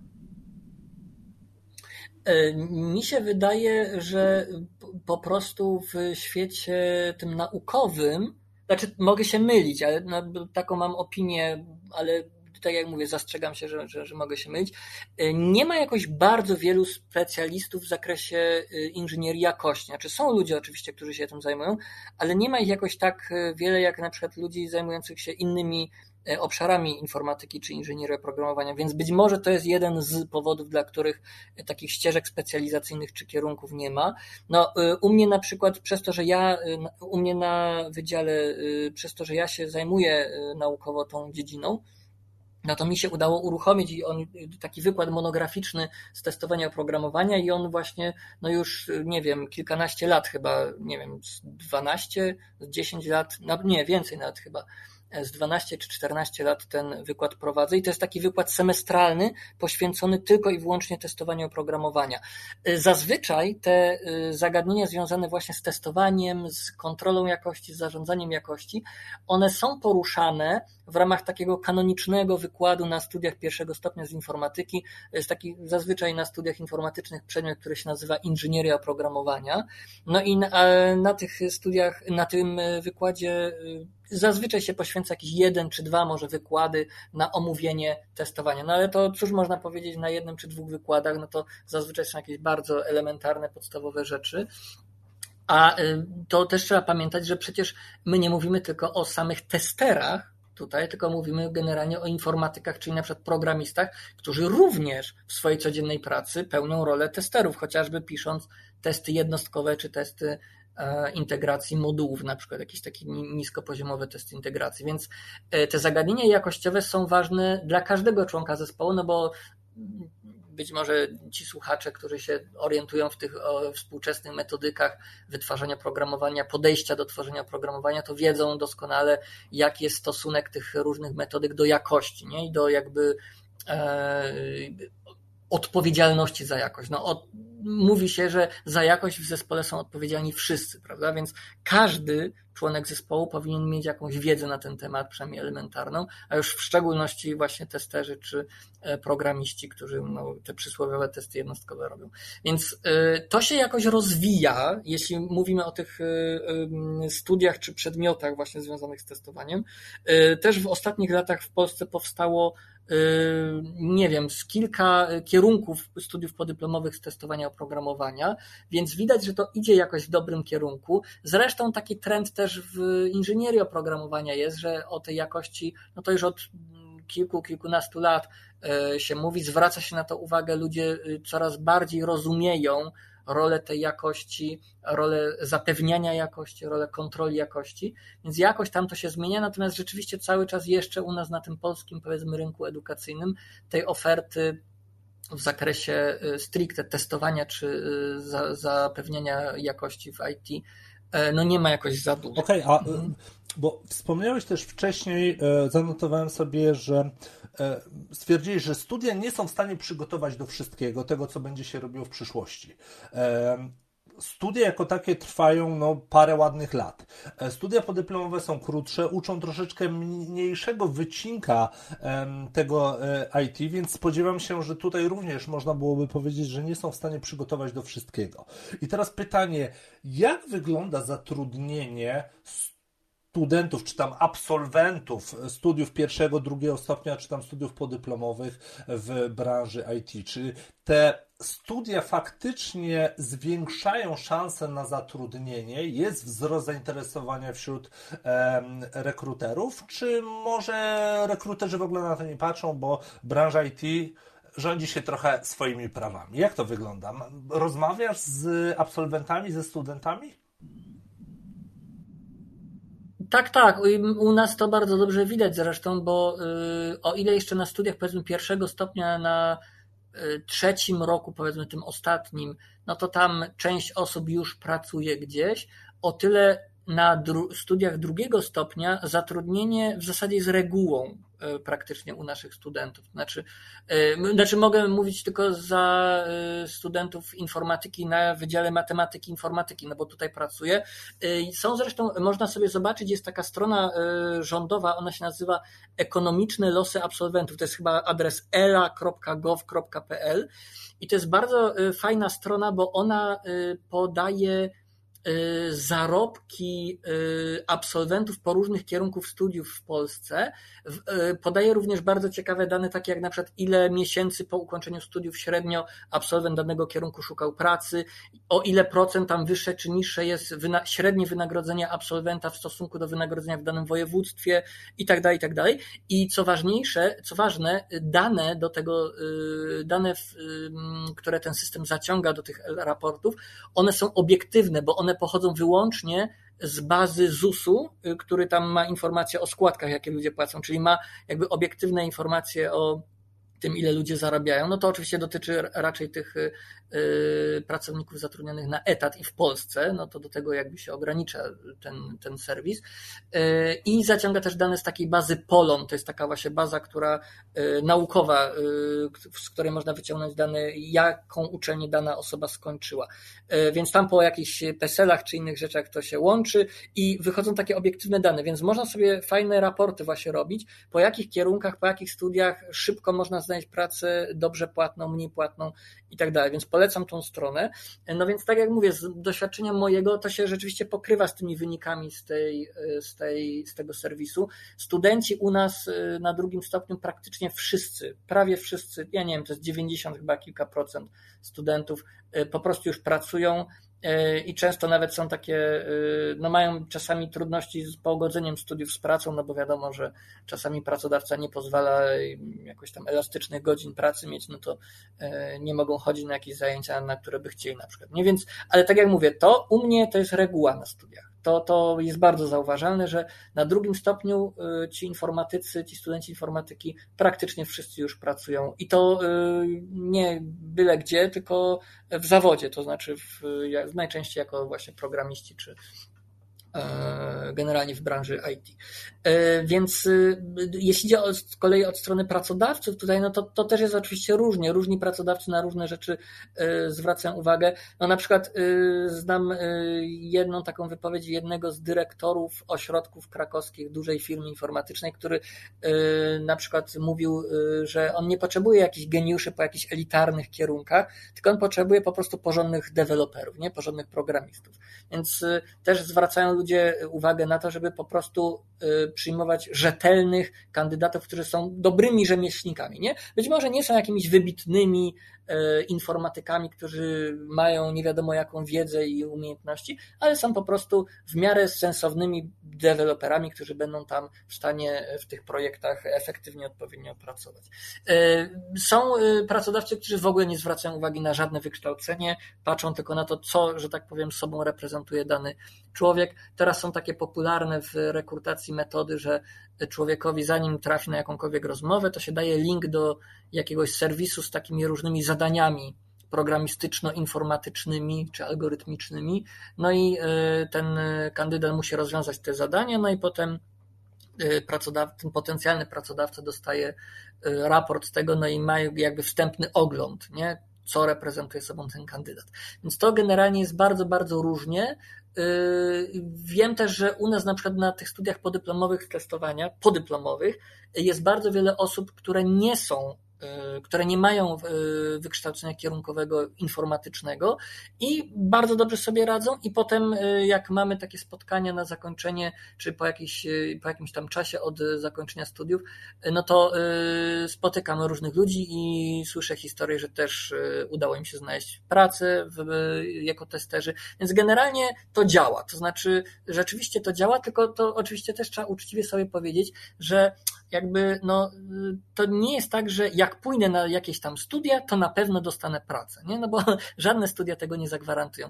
Mi się wydaje, że po prostu w świecie tym naukowym, znaczy mogę się mylić, ale no, taką mam opinię, ale tak jak mówię, zastrzegam się, że, że, że mogę się mylić. Nie ma jakoś bardzo wielu specjalistów w zakresie inżynierii jakości. Znaczy są ludzie oczywiście, którzy się tym zajmują, ale nie ma ich jakoś tak wiele jak na przykład ludzi zajmujących się innymi obszarami informatyki czy inżynierii oprogramowania, więc być może to jest jeden z powodów, dla których takich ścieżek specjalizacyjnych czy kierunków nie ma. No, u mnie na przykład przez to, że ja, u mnie na wydziale, przez to, że ja się zajmuję naukowo tą dziedziną, no to mi się udało uruchomić i on, taki wykład monograficzny z testowania oprogramowania i on właśnie, no już, nie wiem, kilkanaście lat chyba, nie wiem, dwanaście, dziesięć lat, no nie, więcej nawet chyba, z dwanaście czy czternaście lat ten wykład prowadzę i to jest taki wykład semestralny poświęcony tylko i wyłącznie testowaniu oprogramowania. Zazwyczaj te zagadnienia związane właśnie z testowaniem, z kontrolą jakości, z zarządzaniem jakości, one są poruszane w ramach takiego kanonicznego wykładu na studiach pierwszego stopnia z informatyki. Jest taki zazwyczaj na studiach informatycznych przedmiot, który się nazywa inżynieria oprogramowania. No i na, na tych studiach, na tym wykładzie zazwyczaj się poświęca jakiś jeden czy dwa może wykłady na omówienie testowania. No ale to cóż można powiedzieć na jednym czy dwóch wykładach, no to zazwyczaj są jakieś bardzo elementarne, podstawowe rzeczy. A to też trzeba pamiętać, że przecież my nie mówimy tylko o samych testerach tutaj, tylko mówimy generalnie o informatykach, czyli na przykład programistach, którzy również w swojej codziennej pracy pełnią rolę testerów, chociażby pisząc testy jednostkowe czy testy integracji modułów, na przykład jakieś takie niskopoziomowe testy integracji. Więc te zagadnienia jakościowe są ważne dla każdego członka zespołu, no bo być może ci słuchacze, którzy się orientują w tych współczesnych metodykach wytwarzania programowania, podejścia do tworzenia programowania, to wiedzą doskonale, jaki jest stosunek tych różnych metodyk do jakości, nie? I do jakby e, odpowiedzialności za jakość. No, od, mówi się, że za jakość w zespole są odpowiedzialni wszyscy, prawda? Więc każdy członek zespołu powinien mieć jakąś wiedzę na ten temat, przynajmniej elementarną, a już w szczególności właśnie testerzy czy programiści, którzy no, te przysłowiowe testy jednostkowe robią. Więc to się jakoś rozwija, jeśli mówimy o tych studiach czy przedmiotach właśnie związanych z testowaniem. Też w ostatnich latach w Polsce powstało nie wiem, z kilka kierunków studiów podyplomowych z testowania oprogramowania, więc widać, że to idzie jakoś w dobrym kierunku. Zresztą taki trend też w inżynierii oprogramowania jest, że o tej jakości, no to już od kilku, kilkunastu lat się mówi, zwraca się na to uwagę, ludzie coraz bardziej rozumieją rolę tej jakości, rolę zapewniania jakości, rolę kontroli jakości, więc jakoś tam to się zmienia, natomiast rzeczywiście cały czas jeszcze u nas na tym polskim, powiedzmy, rynku edukacyjnym tej oferty w zakresie stricte testowania czy zapewniania jakości w I T no nie ma jakoś za dużo. Okej, okay, a mhm. bo wspomniałeś też wcześniej, zanotowałem sobie, że stwierdziłeś, że studia nie są w stanie przygotować do wszystkiego, tego co będzie się robiło w przyszłości. Studia jako takie trwają no, parę ładnych lat. Studia podyplomowe są krótsze, uczą troszeczkę mniejszego wycinka um, tego I T, więc spodziewam się, że tutaj również można byłoby powiedzieć, że nie są w stanie przygotować do wszystkiego. I teraz pytanie, jak wygląda zatrudnienie studentów, czy tam absolwentów studiów pierwszego, drugiego stopnia, czy tam studiów podyplomowych w branży I T? Czy te studia faktycznie zwiększają szanse na zatrudnienie? Jest wzrost zainteresowania wśród um, rekruterów? Czy może rekruterzy w ogóle na to nie patrzą, bo branża I T rządzi się trochę swoimi prawami? Jak to wygląda? Rozmawiasz z absolwentami, ze studentami? Tak, tak. U nas to bardzo dobrze widać zresztą, bo yy, o ile jeszcze na studiach powiedzmy pierwszego stopnia na yy, trzecim roku, powiedzmy tym ostatnim, no to tam część osób już pracuje gdzieś, o tyle na dru- studiach drugiego stopnia zatrudnienie w zasadzie jest regułą yy, praktycznie u naszych studentów. Znaczy, yy, znaczy mogę mówić tylko za yy, studentów informatyki na Wydziale Matematyki Informatyki, no bo tutaj pracuję. Yy, są zresztą, można sobie zobaczyć, jest taka strona yy, rządowa, ona się nazywa Ekonomiczne losy absolwentów. To jest chyba adres ela kropka gov kropka pe el i to jest bardzo yy, fajna strona, bo ona yy, podaje zarobki absolwentów po różnych kierunków studiów w Polsce. Podaje również bardzo ciekawe dane, takie jak na przykład ile miesięcy po ukończeniu studiów średnio absolwent danego kierunku szukał pracy, o ile procent tam wyższe czy niższe jest wyna- średnie wynagrodzenie absolwenta w stosunku do wynagrodzenia w danym województwie i tak dalej, i tak dalej. I co ważniejsze, co ważne, dane do tego, dane, które ten system zaciąga do tych raportów, one są obiektywne, bo one pochodzą wyłącznie z bazy zusu, który tam ma informacje o składkach, jakie ludzie płacą, czyli ma jakby obiektywne informacje o tym, ile ludzie zarabiają. No to oczywiście dotyczy raczej tych pracowników zatrudnionych na etat i w Polsce, no to do tego jakby się ogranicza ten, ten serwis. I zaciąga też dane z takiej bazy Polon, to jest taka właśnie baza, która naukowa, z której można wyciągnąć dane, jaką uczelnię dana osoba skończyła. Więc tam po jakichś peselach czy innych rzeczach to się łączy i wychodzą takie obiektywne dane, więc można sobie fajne raporty właśnie robić, po jakich kierunkach, po jakich studiach szybko można znaleźć pracę dobrze płatną, mniej płatną i tak dalej, więc polecam tą stronę. No więc tak jak mówię, z doświadczenia mojego to się rzeczywiście pokrywa z tymi wynikami z, tej, z, tej, z tego serwisu. Studenci u nas na drugim stopniu praktycznie wszyscy, prawie wszyscy, ja nie wiem, to jest dziewięćdziesiąt chyba kilka procent studentów po prostu już pracują i często nawet są takie, no mają czasami trudności z pogodzeniem studiów z pracą, no bo wiadomo, że czasami pracodawca nie pozwala jakoś tam elastycznych godzin pracy mieć, no to nie mogą chodzić na jakieś zajęcia, na które by chcieli na przykład. Nie, więc, ale tak jak mówię, to u mnie to jest reguła na studiach. To, to jest bardzo zauważalne, że na drugim stopniu ci informatycy, ci studenci informatyki praktycznie wszyscy już pracują i to nie byle gdzie, tylko w zawodzie, to znaczy w, najczęściej jako właśnie programiści czy generalnie w branży I T. Więc jeśli idzie z kolei od strony pracodawców tutaj, no to, to też jest oczywiście różnie. Różni pracodawcy na różne rzeczy zwracają uwagę. No na przykład znam jedną taką wypowiedź jednego z dyrektorów ośrodków krakowskich dużej firmy informatycznej, który na przykład mówił, że on nie potrzebuje jakichś geniuszy po jakichś elitarnych kierunkach, tylko on potrzebuje po prostu porządnych deweloperów, nie? Porządnych programistów. Więc też zwracają ludzie uwagę na to, żeby po prostu przyjmować rzetelnych kandydatów, którzy są dobrymi rzemieślnikami. Nie? Być może nie są jakimiś wybitnymi informatykami, którzy mają nie wiadomo jaką wiedzę i umiejętności, ale są po prostu w miarę sensownymi deweloperami, którzy będą tam w stanie w tych projektach efektywnie, odpowiednio pracować. Są pracodawcy, którzy w ogóle nie zwracają uwagi na żadne wykształcenie, patrzą tylko na to, co, że tak powiem, sobą reprezentuje dany człowiek. Teraz są takie popularne w rekrutacji metody, że człowiekowi zanim trafi na jakąkolwiek rozmowę, to się daje link do jakiegoś serwisu z takimi różnymi zadaniami programistyczno-informatycznymi czy algorytmicznymi. No i ten kandydat musi rozwiązać te zadania, no i potem pracodawca, ten potencjalny pracodawca dostaje raport z tego, no i ma jakby wstępny ogląd, nie? Co reprezentuje sobą ten kandydat. Więc to generalnie jest bardzo, bardzo różnie. Wiem też, że u nas na przykład na tych studiach podyplomowych testowania, podyplomowych jest bardzo wiele osób, które nie są, które nie mają wykształcenia kierunkowego informatycznego i bardzo dobrze sobie radzą i potem jak mamy takie spotkania na zakończenie, czy po, jakiś, po jakimś tam czasie od zakończenia studiów, no to spotykamy różnych ludzi i słyszę historię, że też udało im się znaleźć pracę w, jako testerzy, więc generalnie to działa, to znaczy rzeczywiście to działa, tylko to oczywiście też trzeba uczciwie sobie powiedzieć, że jakby no to nie jest tak, że jak pójdę na jakieś tam studia, to na pewno dostanę pracę, nie? No bo żadne studia tego nie zagwarantują.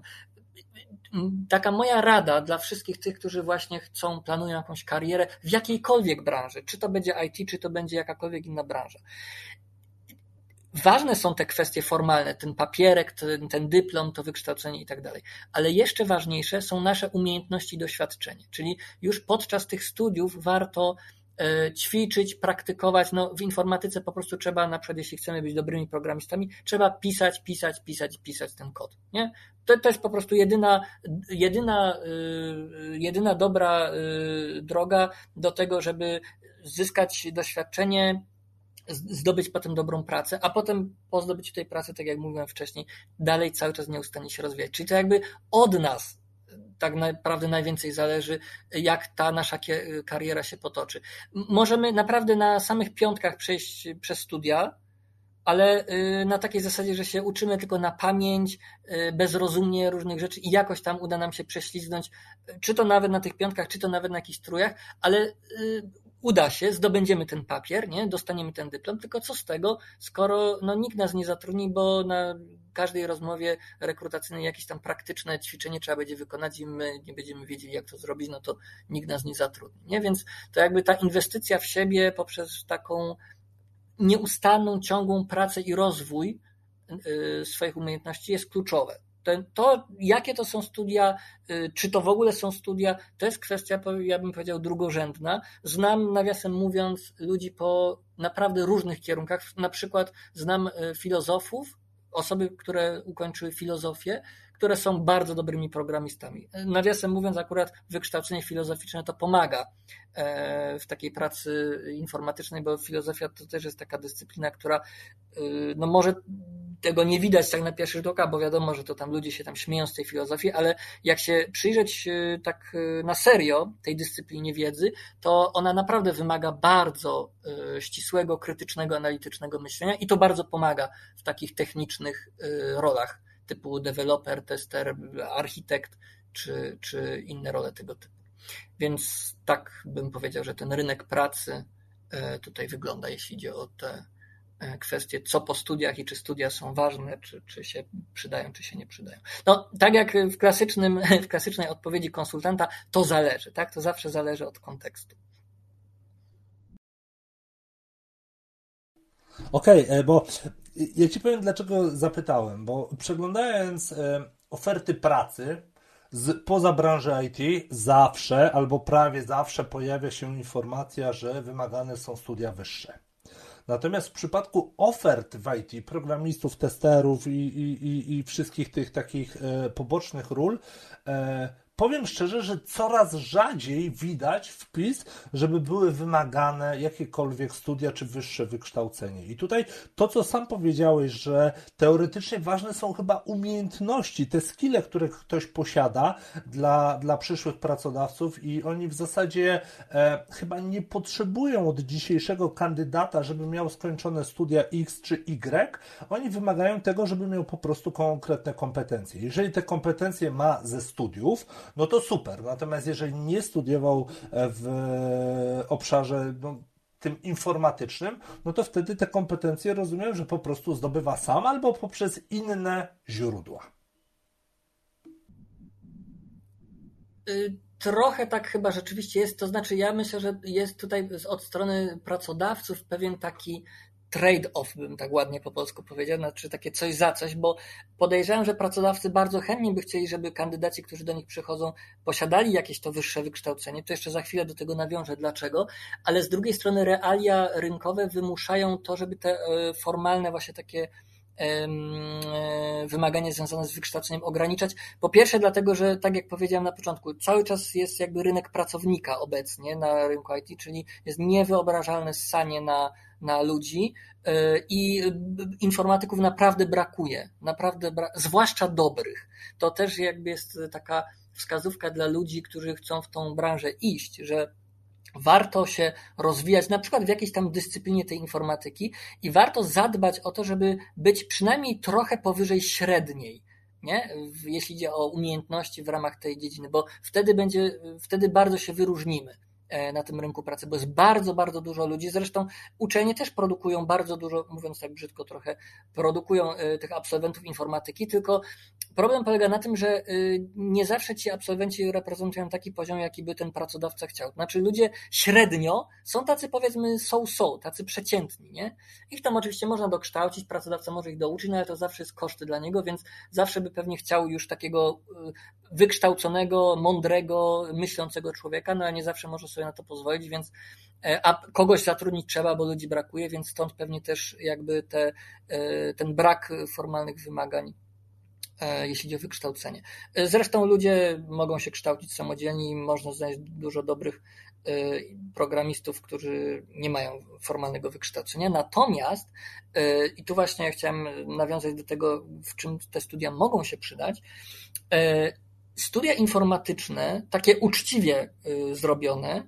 Taka moja rada dla wszystkich tych, którzy właśnie chcą, planują jakąś karierę w jakiejkolwiek branży, czy to będzie I T, czy to będzie jakakolwiek inna branża. Ważne są te kwestie formalne, ten papierek, ten, ten dyplom, to wykształcenie i tak dalej, ale jeszcze ważniejsze są nasze umiejętności i doświadczenie, czyli już podczas tych studiów warto ćwiczyć, praktykować. No, w informatyce po prostu trzeba, na przykład jeśli chcemy być dobrymi programistami, trzeba pisać, pisać, pisać, pisać ten kod. Nie? To, to jest po prostu jedyna, jedyna, jedyna dobra droga do tego, żeby zyskać doświadczenie, zdobyć potem dobrą pracę, a potem po zdobyciu tej pracy, tak jak mówiłem wcześniej, dalej cały czas nieustannie się rozwijać. Czyli to jakby od nas tak naprawdę najwięcej zależy, jak ta nasza kariera się potoczy. Możemy naprawdę na samych piątkach przejść przez studia, ale na takiej zasadzie, że się uczymy tylko na pamięć, bezrozumnie różnych rzeczy i jakoś tam uda nam się prześlizgnąć, czy to nawet na tych piątkach, czy to nawet na jakichś trójach, ale uda się, zdobędziemy ten papier, nie? Dostaniemy ten dyplom, tylko co z tego, skoro no, nikt nas nie zatrudni, bo na każdej rozmowie rekrutacyjnej jakieś tam praktyczne ćwiczenie trzeba będzie wykonać i my nie będziemy wiedzieli, jak to zrobić, no to nikt nas nie zatrudni. Nie? Więc to jakby ta inwestycja w siebie poprzez taką nieustanną, ciągłą pracę i rozwój swoich umiejętności jest kluczowe. To, to, jakie to są studia, czy to w ogóle są studia, to jest kwestia, ja bym powiedział, drugorzędna. Znam, nawiasem mówiąc, ludzi po naprawdę różnych kierunkach. Na przykład znam filozofów, osoby, które ukończyły filozofię, które są bardzo dobrymi programistami. Nawiasem mówiąc, akurat wykształcenie filozoficzne to pomaga w takiej pracy informatycznej, bo filozofia to też jest taka dyscyplina, która no może tego nie widać tak na pierwszy rzut oka, bo wiadomo, że to tam ludzie się tam śmieją z tej filozofii, ale jak się przyjrzeć tak na serio tej dyscyplinie wiedzy, to ona naprawdę wymaga bardzo ścisłego, krytycznego, analitycznego myślenia i to bardzo pomaga w takich technicznych rolach typu deweloper, tester, architekt czy, czy inne role tego typu. Więc tak bym powiedział, że ten rynek pracy tutaj wygląda, jeśli idzie o te kwestie, co po studiach i czy studia są ważne, czy, czy się przydają, czy się nie przydają. No, tak jak w klasycznym, w klasycznej odpowiedzi konsultanta, to zależy, tak? To zawsze zależy od kontekstu. Okej, okay, bo ja ci powiem, dlaczego zapytałem, bo przeglądając oferty pracy z, poza branży I T, zawsze albo prawie zawsze pojawia się informacja, że wymagane są studia wyższe. Natomiast w przypadku ofert w I T, programistów, testerów i, i, i, i wszystkich tych takich e, pobocznych ról, e, powiem szczerze, że coraz rzadziej widać wpis, żeby były wymagane jakiekolwiek studia czy wyższe wykształcenie. I tutaj to, co sam powiedziałeś, że teoretycznie ważne są chyba umiejętności, te skille, które ktoś posiada dla, dla przyszłych pracodawców i oni w zasadzie e, chyba nie potrzebują od dzisiejszego kandydata, żeby miał skończone studia X czy Y. Oni wymagają tego, żeby miał po prostu konkretne kompetencje. Jeżeli te kompetencje ma ze studiów, no to super. Natomiast jeżeli nie studiował w obszarze no, tym informatycznym, no to wtedy te kompetencje rozumiem, że po prostu zdobywa sam albo poprzez inne źródła. Trochę tak chyba rzeczywiście jest. To znaczy ja myślę, że jest tutaj od strony pracodawców pewien taki trade-off, bym tak ładnie po polsku powiedział, znaczy takie coś za coś, bo podejrzewam, że pracodawcy bardzo chętnie by chcieli, żeby kandydaci, którzy do nich przychodzą, posiadali jakieś to wyższe wykształcenie. To jeszcze za chwilę do tego nawiążę, dlaczego, ale z drugiej strony realia rynkowe wymuszają to, żeby te formalne właśnie takie wymagania związane z wykształceniem ograniczać. Po pierwsze dlatego, że tak jak powiedziałem na początku, cały czas jest jakby rynek pracownika obecnie na rynku I T, czyli jest niewyobrażalne ssanie na, na ludzi i informatyków naprawdę brakuje, naprawdę bra- zwłaszcza dobrych. To też jakby jest taka wskazówka dla ludzi, którzy chcą w tą branżę iść, że warto się rozwijać na przykład w jakiejś tam dyscyplinie tej informatyki i warto zadbać o to, żeby być przynajmniej trochę powyżej średniej, nie? Jeśli idzie o umiejętności w ramach tej dziedziny, bo wtedy będzie, wtedy bardzo się wyróżnimy na tym rynku pracy, bo jest bardzo, bardzo dużo ludzi. Zresztą uczelnie też produkują bardzo dużo, mówiąc tak brzydko trochę, produkują tych absolwentów informatyki, tylko problem polega na tym, że nie zawsze ci absolwenci reprezentują taki poziom, jaki by ten pracodawca chciał. Znaczy ludzie średnio są tacy, powiedzmy, so-so, tacy przeciętni, nie? Ich tam oczywiście można dokształcić, pracodawca może ich douczyć, no ale to zawsze jest koszty dla niego, więc zawsze by pewnie chciał już takiego wykształconego, mądrego, myślącego człowieka, no a nie zawsze może sobie na to pozwolić, więc a kogoś zatrudnić trzeba, bo ludzi brakuje, więc stąd pewnie też jakby te, ten brak formalnych wymagań, jeśli chodzi o wykształcenie. Zresztą ludzie mogą się kształcić samodzielnie i można znaleźć dużo dobrych programistów, którzy nie mają formalnego wykształcenia. Natomiast, i tu właśnie chciałem nawiązać do tego, w czym te studia mogą się przydać, studia informatyczne, takie uczciwie zrobione,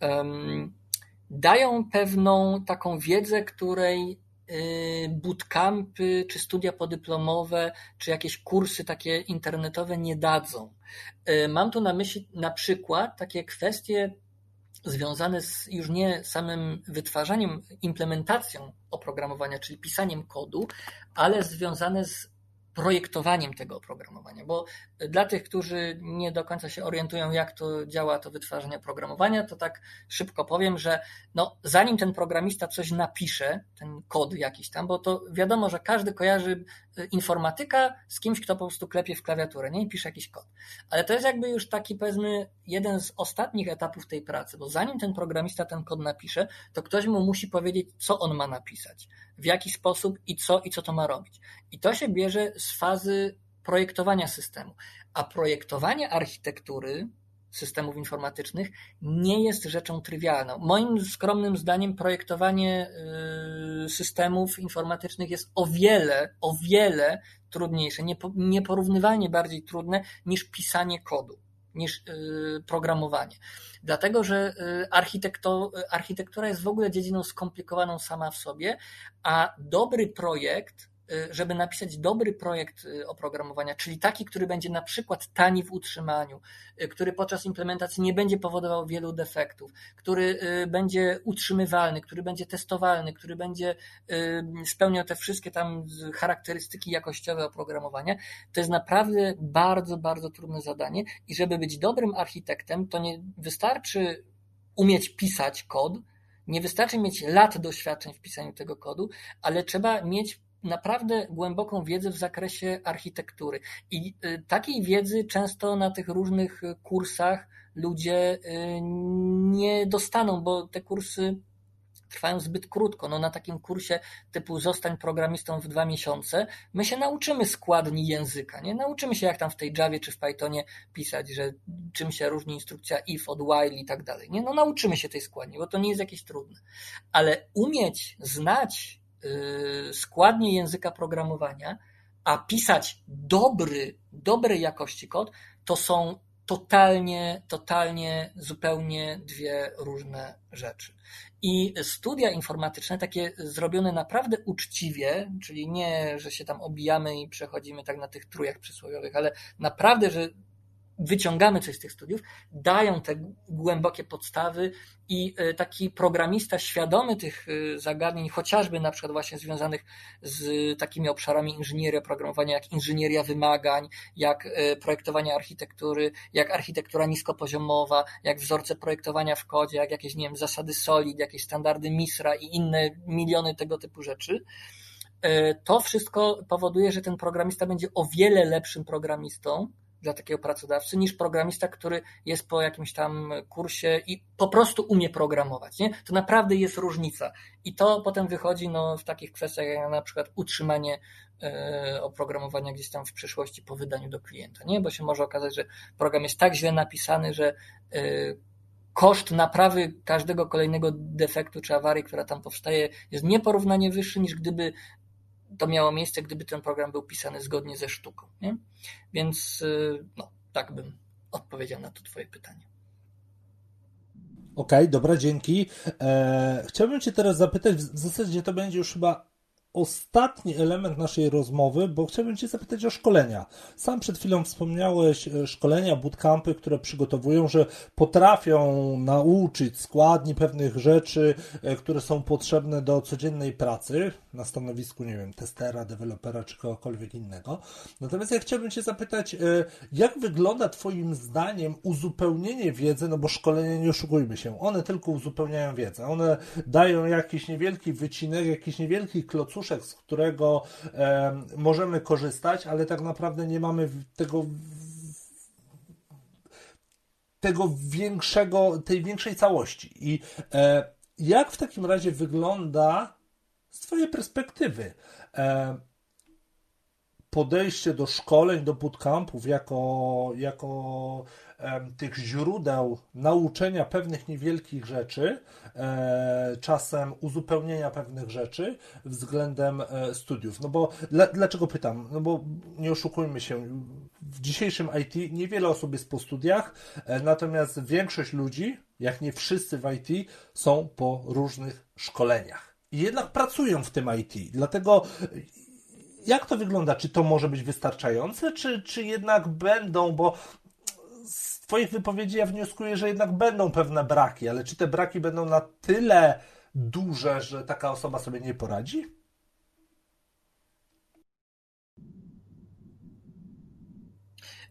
dają pewną taką wiedzę, której bootcampy, czy studia podyplomowe, czy jakieś kursy takie internetowe nie dadzą. Mam tu na myśli na przykład takie kwestie związane z już nie samym wytwarzaniem, implementacją oprogramowania, czyli pisaniem kodu, ale związane z projektowaniem tego oprogramowania, bo dla tych, którzy nie do końca się orientują, jak to działa to wytwarzanie oprogramowania, to tak szybko powiem, że no, zanim ten programista coś napisze, ten kod jakiś tam, bo to wiadomo, że każdy kojarzy informatyka z kimś, kto po prostu klepie w klawiaturę, nie, i pisze jakiś kod. Ale to jest jakby już taki, powiedzmy, jeden z ostatnich etapów tej pracy, bo zanim ten programista ten kod napisze, to ktoś mu musi powiedzieć, co on ma napisać, w jaki sposób i co i co to ma robić. I to się bierze z fazy projektowania systemu. A projektowanie architektury systemów informatycznych nie jest rzeczą trywialną. Moim skromnym zdaniem projektowanie systemów informatycznych jest o wiele, o wiele trudniejsze, nieporównywalnie bardziej trudne niż pisanie kodu, niż programowanie. Dlatego, że architektura jest w ogóle dziedziną skomplikowaną sama w sobie, a dobry projekt, żeby napisać dobry projekt oprogramowania, czyli taki, który będzie na przykład tani w utrzymaniu, który podczas implementacji nie będzie powodował wielu defektów, który będzie utrzymywalny, który będzie testowalny, który będzie spełniał te wszystkie tam charakterystyki jakościowe oprogramowania, to jest naprawdę bardzo, bardzo trudne zadanie i żeby być dobrym architektem, to nie wystarczy umieć pisać kod, nie wystarczy mieć lat doświadczeń w pisaniu tego kodu, ale trzeba mieć naprawdę głęboką wiedzę w zakresie architektury. I takiej wiedzy często na tych różnych kursach ludzie nie dostaną, bo te kursy trwają zbyt krótko. No na takim kursie typu zostań programistą w dwa miesiące, my się nauczymy składni języka, nie? Nauczymy się, jak tam w tej Javie czy w Pythonie pisać, że czym się różni instrukcja if od while i tak dalej, nie? No nauczymy się tej składni, bo to nie jest jakieś trudne. Ale umieć, znać składnie języka programowania, a pisać dobry, dobrej jakości kod, to są totalnie, totalnie zupełnie dwie różne rzeczy. I studia informatyczne, takie zrobione naprawdę uczciwie, czyli nie, że się tam obijamy i przechodzimy tak na tych trójach przysłowiowych, ale naprawdę, że wyciągamy coś z tych studiów, dają te głębokie podstawy i taki programista świadomy tych zagadnień, chociażby na przykład właśnie związanych z takimi obszarami inżynierii oprogramowania, jak inżynieria wymagań, jak projektowanie architektury, jak architektura niskopoziomowa, jak wzorce projektowania w kodzie, jak jakieś, nie wiem, zasady SOLID, jakieś standardy misra i inne miliony tego typu rzeczy. To wszystko powoduje, że ten programista będzie o wiele lepszym programistą dla takiego pracodawcy niż programista, który jest po jakimś tam kursie i po prostu umie programować. Nie? To naprawdę jest różnica. I to potem wychodzi no, w takich kwestiach jak na przykład utrzymanie e, oprogramowania gdzieś tam w przyszłości po wydaniu do klienta. Nie? Bo się może okazać, że program jest tak źle napisany, że e, koszt naprawy każdego kolejnego defektu czy awarii, która tam powstaje, jest nieporównanie wyższy niż gdyby to miało miejsce, gdyby ten program był pisany zgodnie ze sztuką. Nie? Więc no, tak bym odpowiedział na to twoje pytanie. Okej, okay, dobra, dzięki. Eee, chciałbym cię teraz zapytać, w zasadzie to będzie już chyba ostatni element naszej rozmowy, bo chciałbym cię zapytać o szkolenia. Sam przed chwilą wspomniałeś szkolenia, bootcampy, które przygotowują, że potrafią nauczyć składni pewnych rzeczy, które są potrzebne do codziennej pracy na stanowisku, nie wiem, testera, dewelopera czy kogokolwiek innego. Natomiast ja chciałbym cię zapytać, jak wygląda twoim zdaniem uzupełnienie wiedzy, no bo szkolenia, nie oszukujmy się, one tylko uzupełniają wiedzę. One dają jakiś niewielki wycinek, jakiś niewielki klocuszek, z którego e, możemy korzystać, ale tak naprawdę nie mamy tego tego większego, tej większej całości. I e, jak w takim razie wygląda z twojej perspektywy e, podejście do szkoleń, do bootcampów jako, jako e, tych źródeł nauczenia pewnych niewielkich rzeczy, e, czasem uzupełnienia pewnych rzeczy względem e, studiów. No bo dla, dlaczego pytam? No bo nie oszukujmy się, w dzisiejszym I T niewiele osób jest po studiach, e, natomiast większość ludzi, jak nie wszyscy w I T, są po różnych szkoleniach. I jednak pracują w tym I T. Dlatego jak to wygląda? Czy to może być wystarczające, czy, czy jednak będą, bo z twoich wypowiedzi ja wnioskuję, że jednak będą pewne braki, ale czy te braki będą na tyle duże, że taka osoba sobie nie poradzi?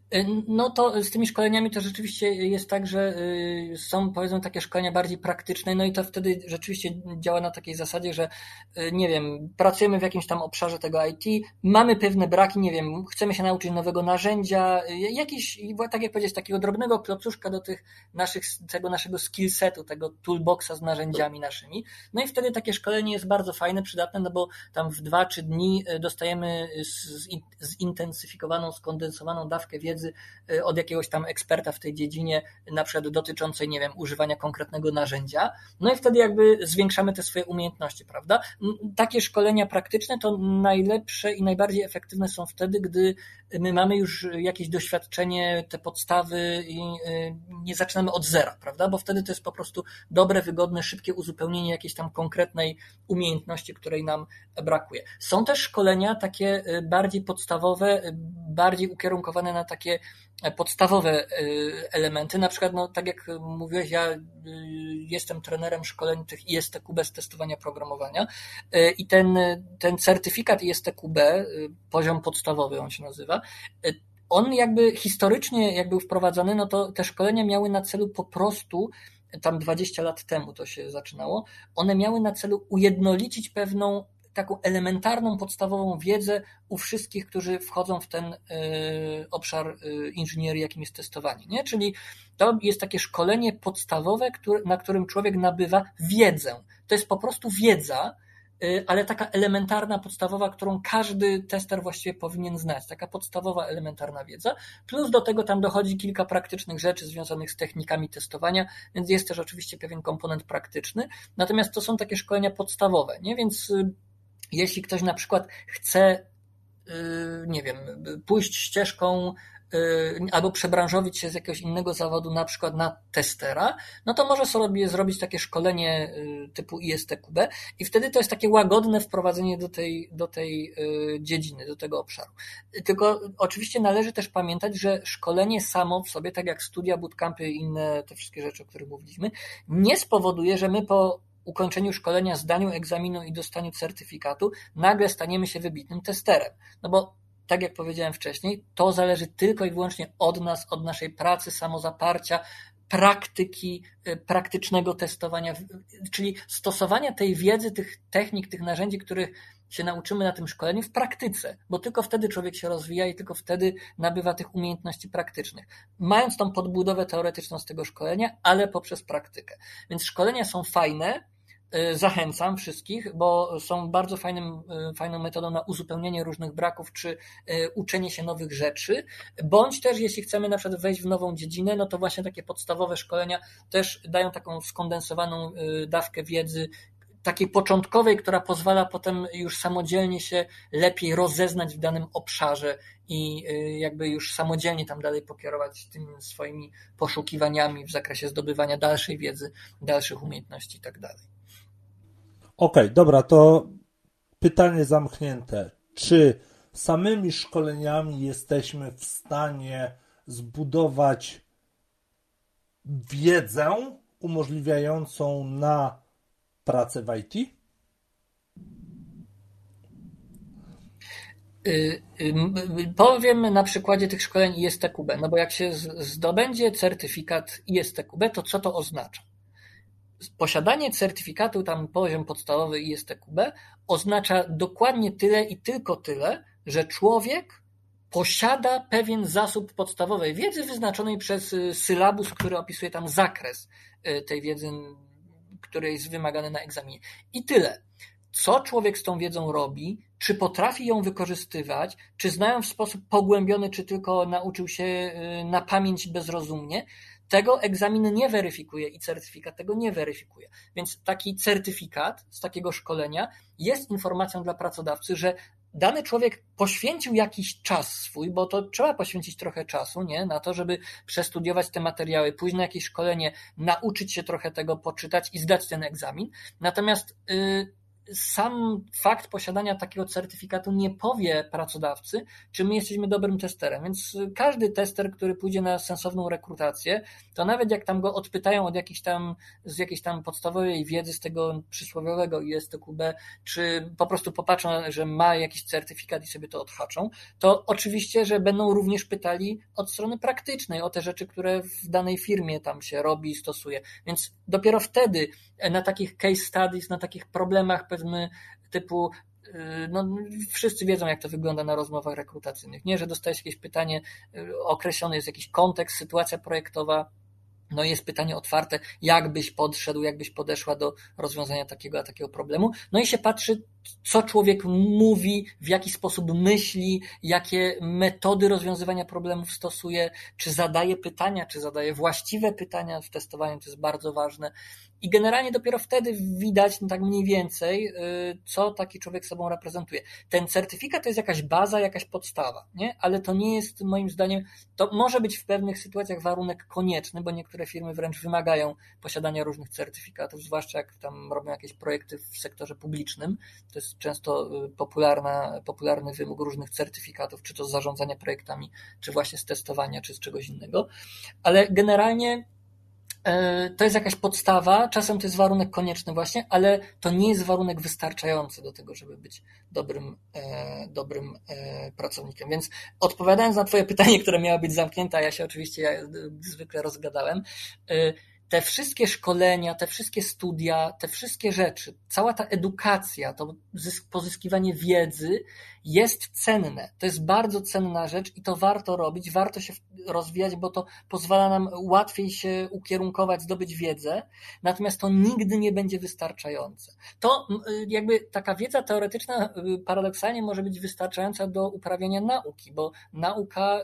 No to z tymi szkoleniami to rzeczywiście jest tak, że są powiedzmy takie szkolenia bardziej praktyczne, no i to wtedy rzeczywiście działa na takiej zasadzie, że nie wiem, pracujemy w jakimś tam obszarze tego I T, mamy pewne braki, nie wiem, chcemy się nauczyć nowego narzędzia, jakiś, tak jak powiedzieć, takiego drobnego klocuszka do tych naszych, tego naszego skill setu, tego toolboxa z narzędziami naszymi. No i wtedy takie szkolenie jest bardzo fajne, przydatne, no bo tam w dwa, trzy dni dostajemy zintensyfikowaną, skondensowaną dawkę wiedzy od jakiegoś tam eksperta w tej dziedzinie, na przykład dotyczącej, nie wiem, używania konkretnego narzędzia, no i wtedy jakby zwiększamy te swoje umiejętności, prawda? Takie szkolenia praktyczne to najlepsze i najbardziej efektywne są wtedy, gdy my mamy już jakieś doświadczenie, te podstawy i nie zaczynamy od zera, prawda? Bo wtedy to jest po prostu dobre, wygodne, szybkie uzupełnienie jakiejś tam konkretnej umiejętności, której nam brakuje. Są też szkolenia takie bardziej podstawowe, bardziej ukierunkowane na takie podstawowe elementy. Na przykład, no, tak jak mówiłeś, ja jestem trenerem szkoleń tych I S T Q B z testowania programowania i ten, ten certyfikat I S T Q B, poziom podstawowy on się nazywa, on jakby historycznie, jak był wprowadzony, no to te szkolenia miały na celu po prostu, tam dwadzieścia lat temu to się zaczynało, one miały na celu ujednolicić pewną taką elementarną, podstawową wiedzę u wszystkich, którzy wchodzą w ten obszar inżynierii, jakim jest testowanie. Nie? Czyli to jest takie szkolenie podstawowe, na którym człowiek nabywa wiedzę. To jest po prostu wiedza, ale taka elementarna, podstawowa, którą każdy tester właściwie powinien znać. Taka podstawowa, elementarna wiedza. Plus do tego tam dochodzi kilka praktycznych rzeczy związanych z technikami testowania, więc jest też oczywiście pewien komponent praktyczny. Natomiast to są takie szkolenia podstawowe, nie? Więc jeśli ktoś na przykład chce, nie wiem, pójść ścieżką albo przebranżowić się z jakiegoś innego zawodu, na przykład na testera, no to może sobie zrobić takie szkolenie typu I S T Q B i wtedy to jest takie łagodne wprowadzenie do tej, do tej dziedziny, do tego obszaru. Tylko oczywiście należy też pamiętać, że szkolenie samo w sobie, tak jak studia, bootcampy i inne te wszystkie rzeczy, o których mówiliśmy, nie spowoduje, że my po ukończeniu szkolenia, zdaniu egzaminu i dostaniu certyfikatu nagle staniemy się wybitnym testerem. No bo tak jak powiedziałem wcześniej, to zależy tylko i wyłącznie od nas, od naszej pracy, samozaparcia, praktyki, praktycznego testowania, czyli stosowania tej wiedzy, tych technik, tych narzędzi, których się nauczymy na tym szkoleniu w praktyce, bo tylko wtedy człowiek się rozwija i tylko wtedy nabywa tych umiejętności praktycznych. Mając tą podbudowę teoretyczną z tego szkolenia, ale poprzez praktykę. Więc szkolenia są fajne, zachęcam wszystkich, bo są bardzo fajnym, fajną metodą na uzupełnienie różnych braków, czy uczenie się nowych rzeczy, bądź też jeśli chcemy na przykład wejść w nową dziedzinę, no to właśnie takie podstawowe szkolenia też dają taką skondensowaną dawkę wiedzy, takiej początkowej, która pozwala potem już samodzielnie się lepiej rozeznać w danym obszarze i jakby już samodzielnie tam dalej pokierować tymi swoimi poszukiwaniami w zakresie zdobywania dalszej wiedzy, dalszych umiejętności i tak dalej. Okej, okay, dobra, to pytanie zamknięte. Czy samymi szkoleniami jesteśmy w stanie zbudować wiedzę umożliwiającą na pracę w I T? Powiem na przykładzie tych szkoleń I S T Q B, no bo jak się zdobędzie certyfikat I S T Q B, to co to oznacza? Posiadanie certyfikatu, tam poziom podstawowy I S T Q B, oznacza dokładnie tyle i tylko tyle, że człowiek posiada pewien zasób podstawowej wiedzy wyznaczonej przez sylabus, który opisuje tam zakres tej wiedzy, który jest wymagany na egzaminie. I tyle. Co człowiek z tą wiedzą robi, czy potrafi ją wykorzystywać, czy zna ją w sposób pogłębiony, czy tylko nauczył się na pamięć bezrozumnie, tego egzamin nie weryfikuje i certyfikat tego nie weryfikuje. Więc taki certyfikat z takiego szkolenia jest informacją dla pracodawcy, że dany człowiek poświęcił jakiś czas swój, bo to trzeba poświęcić trochę czasu, nie, na to, żeby przestudiować te materiały, pójść na jakieś szkolenie, nauczyć się trochę tego, poczytać i zdać ten egzamin. Natomiast yy, sam fakt posiadania takiego certyfikatu nie powie pracodawcy, czy my jesteśmy dobrym testerem. Więc każdy tester, który pójdzie na sensowną rekrutację, to nawet jak tam go odpytają od jakiejś tam, z jakiejś tam podstawowej wiedzy z tego przysłowiowego I S T Q B, czy po prostu popatrzą, że ma jakiś certyfikat i sobie to odhaczą, to oczywiście, że będą również pytali od strony praktycznej o te rzeczy, które w danej firmie tam się robi i stosuje. Więc dopiero wtedy na takich case studies, na takich problemach powiedzmy typu no, wszyscy wiedzą, jak to wygląda na rozmowach rekrutacyjnych, nie, że dostajesz jakieś pytanie, określony jest jakiś kontekst, sytuacja projektowa, no jest pytanie otwarte, jak byś podszedł, jak byś podeszła do rozwiązania takiego a takiego problemu. No i się patrzy, co człowiek mówi, w jaki sposób myśli, jakie metody rozwiązywania problemów stosuje, czy zadaje pytania, czy zadaje właściwe pytania. W testowaniu to jest bardzo ważne. I generalnie dopiero wtedy widać, no tak mniej więcej, co taki człowiek sobą reprezentuje. Ten certyfikat to jest jakaś baza, jakaś podstawa, nie? Ale to nie jest moim zdaniem, to może być w pewnych sytuacjach warunek konieczny, bo niektóre firmy wręcz wymagają posiadania różnych certyfikatów, zwłaszcza jak tam robią jakieś projekty w sektorze publicznym. To jest często popularna, popularny wymóg różnych certyfikatów, czy to z zarządzania projektami, czy właśnie z testowania, czy z czegoś innego. Ale generalnie to jest jakaś podstawa, czasem to jest warunek konieczny właśnie, ale to nie jest warunek wystarczający do tego, żeby być dobrym, dobrym pracownikiem. Więc odpowiadając na twoje pytanie, które miało być zamknięte, a ja się oczywiście ja zwykle rozgadałem, te wszystkie szkolenia, te wszystkie studia, te wszystkie rzeczy, cała ta edukacja, to pozyskiwanie wiedzy jest cenne. To jest bardzo cenna rzecz i to warto robić, warto się rozwijać, bo to pozwala nam łatwiej się ukierunkować, zdobyć wiedzę, natomiast to nigdy nie będzie wystarczające. To jakby taka wiedza teoretyczna paradoksalnie może być wystarczająca do uprawiania nauki, bo nauka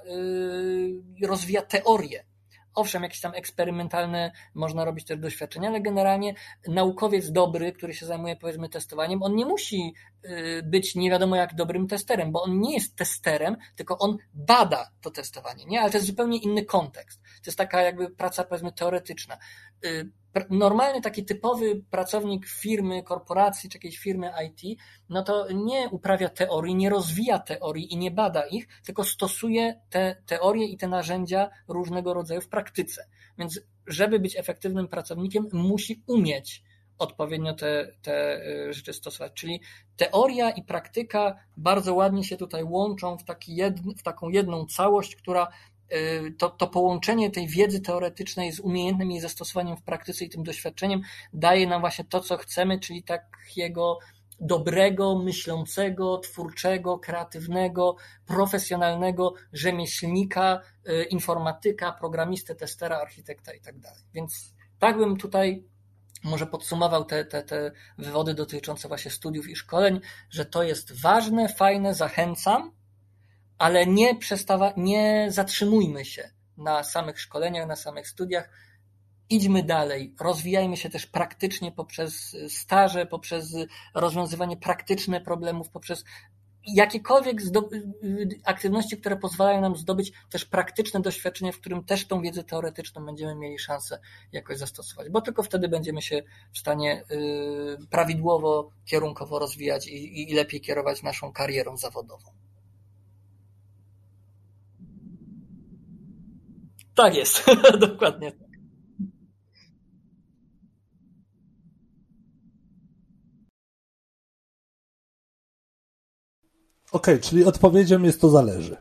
rozwija teorię. Owszem, jakieś tam eksperymentalne można robić też doświadczenia, ale generalnie naukowiec dobry, który się zajmuje powiedzmy testowaniem, on nie musi być nie wiadomo jak dobrym testerem, bo on nie jest testerem, tylko on bada to testowanie, nie? Ale to jest zupełnie inny kontekst. To jest taka jakby praca powiedzmy teoretyczna. Normalny taki typowy pracownik firmy, korporacji czy jakiejś firmy I T, no to nie uprawia teorii, nie rozwija teorii i nie bada ich, tylko stosuje te teorie i te narzędzia różnego rodzaju w praktyce. Więc żeby być efektywnym pracownikiem, musi umieć odpowiednio te, te rzeczy stosować. Czyli teoria i praktyka bardzo ładnie się tutaj łączą w, taki jedn, w taką jedną całość, która To, to połączenie tej wiedzy teoretycznej z umiejętnym jej zastosowaniem w praktyce i tym doświadczeniem daje nam właśnie to, co chcemy, czyli takiego dobrego, myślącego, twórczego, kreatywnego, profesjonalnego rzemieślnika, informatyka, programistę, testera, architekta i tak dalej. Więc tak bym tutaj może podsumował te, te, te wywody dotyczące właśnie studiów i szkoleń, że to jest ważne, fajne, zachęcam, ale nie przestawa, nie zatrzymujmy się na samych szkoleniach, na samych studiach. Idźmy dalej, rozwijajmy się też praktycznie poprzez staże, poprzez rozwiązywanie praktycznych problemów, poprzez jakiekolwiek aktywności, które pozwalają nam zdobyć też praktyczne doświadczenie, w którym też tą wiedzę teoretyczną będziemy mieli szansę jakoś zastosować, bo tylko wtedy będziemy się w stanie prawidłowo, kierunkowo rozwijać i, i lepiej kierować naszą karierą zawodową. Tak jest, dokładnie. Okej, okay, czyli odpowiedzią jest to zależy.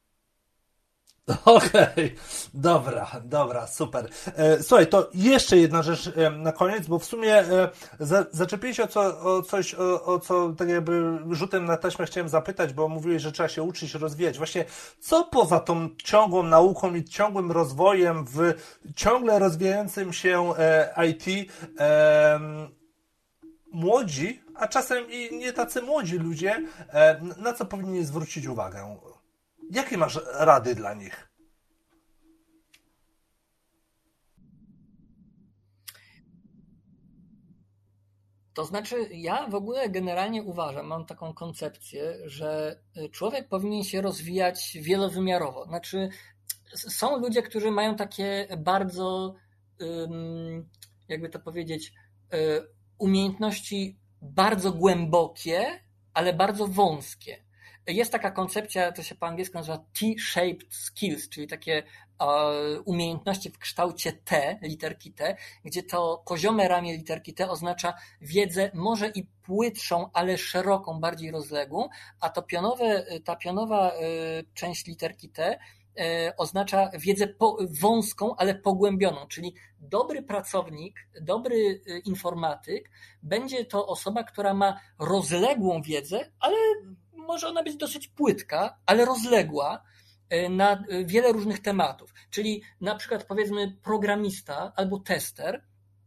Okej, okay. dobra, dobra, super. Słuchaj, to jeszcze jedna rzecz na koniec, bo w sumie za, zaczepiłeś się o, co, o coś, o, o co tak jakby rzutem na taśmę chciałem zapytać, bo mówiłeś, że trzeba się uczyć, rozwijać. Właśnie co poza tą ciągłą nauką i ciągłym rozwojem w ciągle rozwijającym się I T młodzi, a czasem i nie tacy młodzi ludzie, na co powinni zwrócić uwagę? Jakie masz rady dla nich? To znaczy, ja w ogóle generalnie uważam, mam taką koncepcję, że człowiek powinien się rozwijać wielowymiarowo. Znaczy, są ludzie, którzy mają takie bardzo, jakby to powiedzieć, umiejętności bardzo głębokie, ale bardzo wąskie. Jest taka koncepcja, to się po angielsku nazywa T-shaped skills, czyli takie umiejętności w kształcie T, literki T, gdzie to poziome ramię literki T oznacza wiedzę może i płytszą, ale szeroką, bardziej rozległą, a to pionowe, ta pionowa część literki T oznacza wiedzę wąską, ale pogłębioną, czyli dobry pracownik, dobry informatyk będzie to osoba, która ma rozległą wiedzę, ale może ona być dosyć płytka, ale rozległa na wiele różnych tematów. Czyli na przykład powiedzmy programista albo tester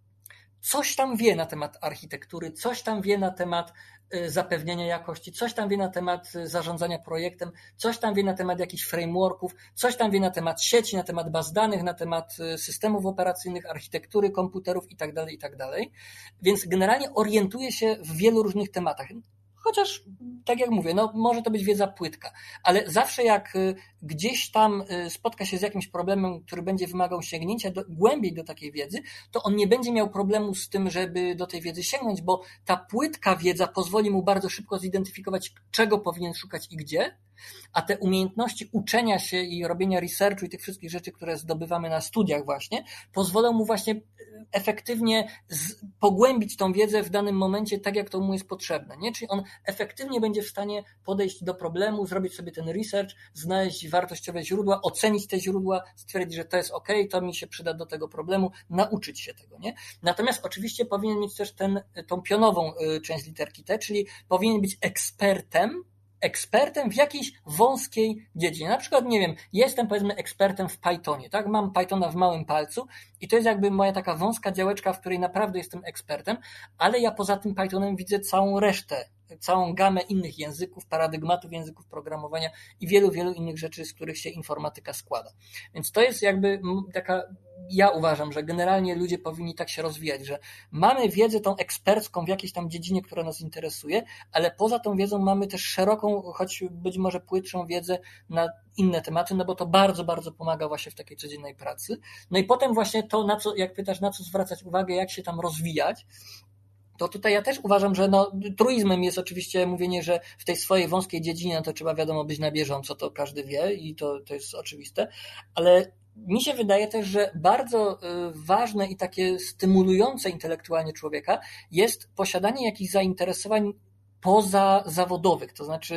coś tam wie na temat architektury, coś tam wie na temat zapewnienia jakości, coś tam wie na temat zarządzania projektem, coś tam wie na temat jakichś frameworków, coś tam wie na temat sieci, na temat baz danych, na temat systemów operacyjnych, architektury komputerów itd., itd. Więc generalnie orientuje się w wielu różnych tematach. Chociaż, tak jak mówię, no może to być wiedza płytka, ale zawsze jak gdzieś tam spotka się z jakimś problemem, który będzie wymagał sięgnięcia do, głębiej do takiej wiedzy, to on nie będzie miał problemu z tym, żeby do tej wiedzy sięgnąć, bo ta płytka wiedza pozwoli mu bardzo szybko zidentyfikować, czego powinien szukać i gdzie, a te umiejętności uczenia się i robienia researchu i tych wszystkich rzeczy, które zdobywamy na studiach właśnie, pozwolą mu właśnie efektywnie z, pogłębić tą wiedzę w danym momencie tak, jak to mu jest potrzebne. Nie? Czyli on efektywnie będzie w stanie podejść do problemu, zrobić sobie ten research, znaleźć wartościowe źródła, ocenić te źródła, stwierdzić, że to jest ok, to mi się przyda do tego problemu, nauczyć się tego. Nie? Natomiast oczywiście powinien mieć też ten, tą pionową część literki T, czyli powinien być ekspertem, ekspertem w jakiejś wąskiej dziedzinie. Na przykład, nie wiem, jestem powiedzmy ekspertem w Pythonie, tak? Mam Pythona w małym palcu i to jest jakby moja taka wąska działeczka, w której naprawdę jestem ekspertem, ale ja poza tym Pythonem widzę całą resztę, całą gamę innych języków, paradygmatów języków programowania i wielu, wielu innych rzeczy, z których się informatyka składa. Więc to jest jakby taka, ja uważam, że generalnie ludzie powinni tak się rozwijać, że mamy wiedzę tą ekspercką w jakiejś tam dziedzinie, która nas interesuje, ale poza tą wiedzą mamy też szeroką, choć być może płytszą wiedzę na inne tematy, no bo to bardzo, bardzo pomaga właśnie w takiej codziennej pracy. No i potem właśnie to, na co, jak pytasz, na co zwracać uwagę, jak się tam rozwijać, to tutaj ja też uważam, że no, truizmem jest oczywiście mówienie, że w tej swojej wąskiej dziedzinie no to trzeba wiadomo być na bieżąco, to każdy wie i to, to jest oczywiste, ale mi się wydaje też, że bardzo ważne i takie stymulujące intelektualnie człowieka jest posiadanie jakichś zainteresowań pozazawodowych, to znaczy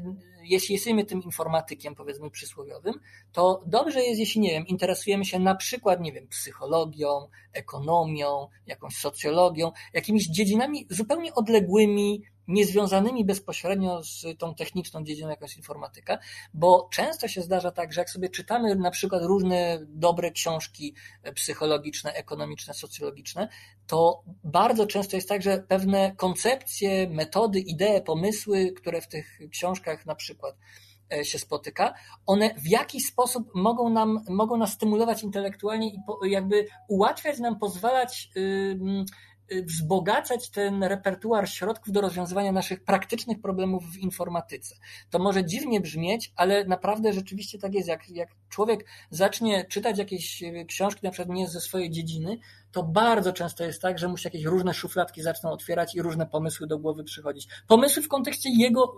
jeśli jesteśmy tym informatykiem powiedzmy przysłowiowym, to dobrze jest, jeśli nie wiem, interesujemy się na przykład, nie wiem, psychologią, ekonomią, jakąś socjologią, jakimiś dziedzinami zupełnie odległymi, niezwiązanymi bezpośrednio z tą techniczną dziedziną, jaką jest informatyka, bo często się zdarza tak, że jak sobie czytamy na przykład różne dobre książki psychologiczne, ekonomiczne, socjologiczne, to bardzo często jest tak, że pewne koncepcje, metody, idee, pomysły, które w tych książkach na przykład się spotyka, one w jakiś sposób mogą nam, mogą nas stymulować intelektualnie i jakby ułatwiać nam, pozwalać yy, wzbogacać ten repertuar środków do rozwiązywania naszych praktycznych problemów w informatyce. To może dziwnie brzmieć, ale naprawdę rzeczywiście tak jest. Jak, jak człowiek zacznie czytać jakieś książki, na przykład nie ze swojej dziedziny, to bardzo często jest tak, że mu się jakieś różne szufladki zaczną otwierać i różne pomysły do głowy przychodzić. Pomysły w kontekście jego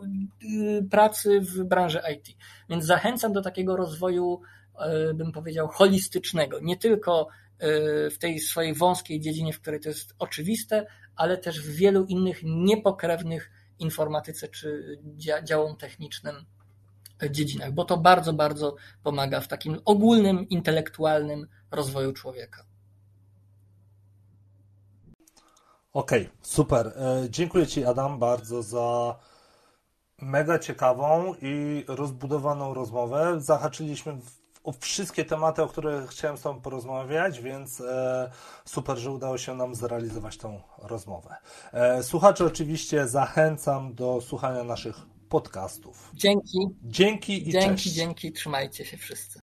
pracy w branży I T. Więc zachęcam do takiego rozwoju, bym powiedział, holistycznego. Nie tylko w tej swojej wąskiej dziedzinie, w której to jest oczywiste, ale też w wielu innych niepokrewnych informatyce czy działom technicznym dziedzinach, bo to bardzo, bardzo pomaga w takim ogólnym, intelektualnym rozwoju człowieka. Okej, okay, super. Dziękuję Ci, Adam, bardzo za mega ciekawą i rozbudowaną rozmowę. Zahaczyliśmy w o wszystkie tematy, o których chciałem z Tobą porozmawiać, więc e, super, że udało się nam zrealizować tą rozmowę. E, słuchacze oczywiście zachęcam do słuchania naszych podcastów. Dzięki. Dzięki i Dzięki, cześć. dzięki, trzymajcie się wszyscy.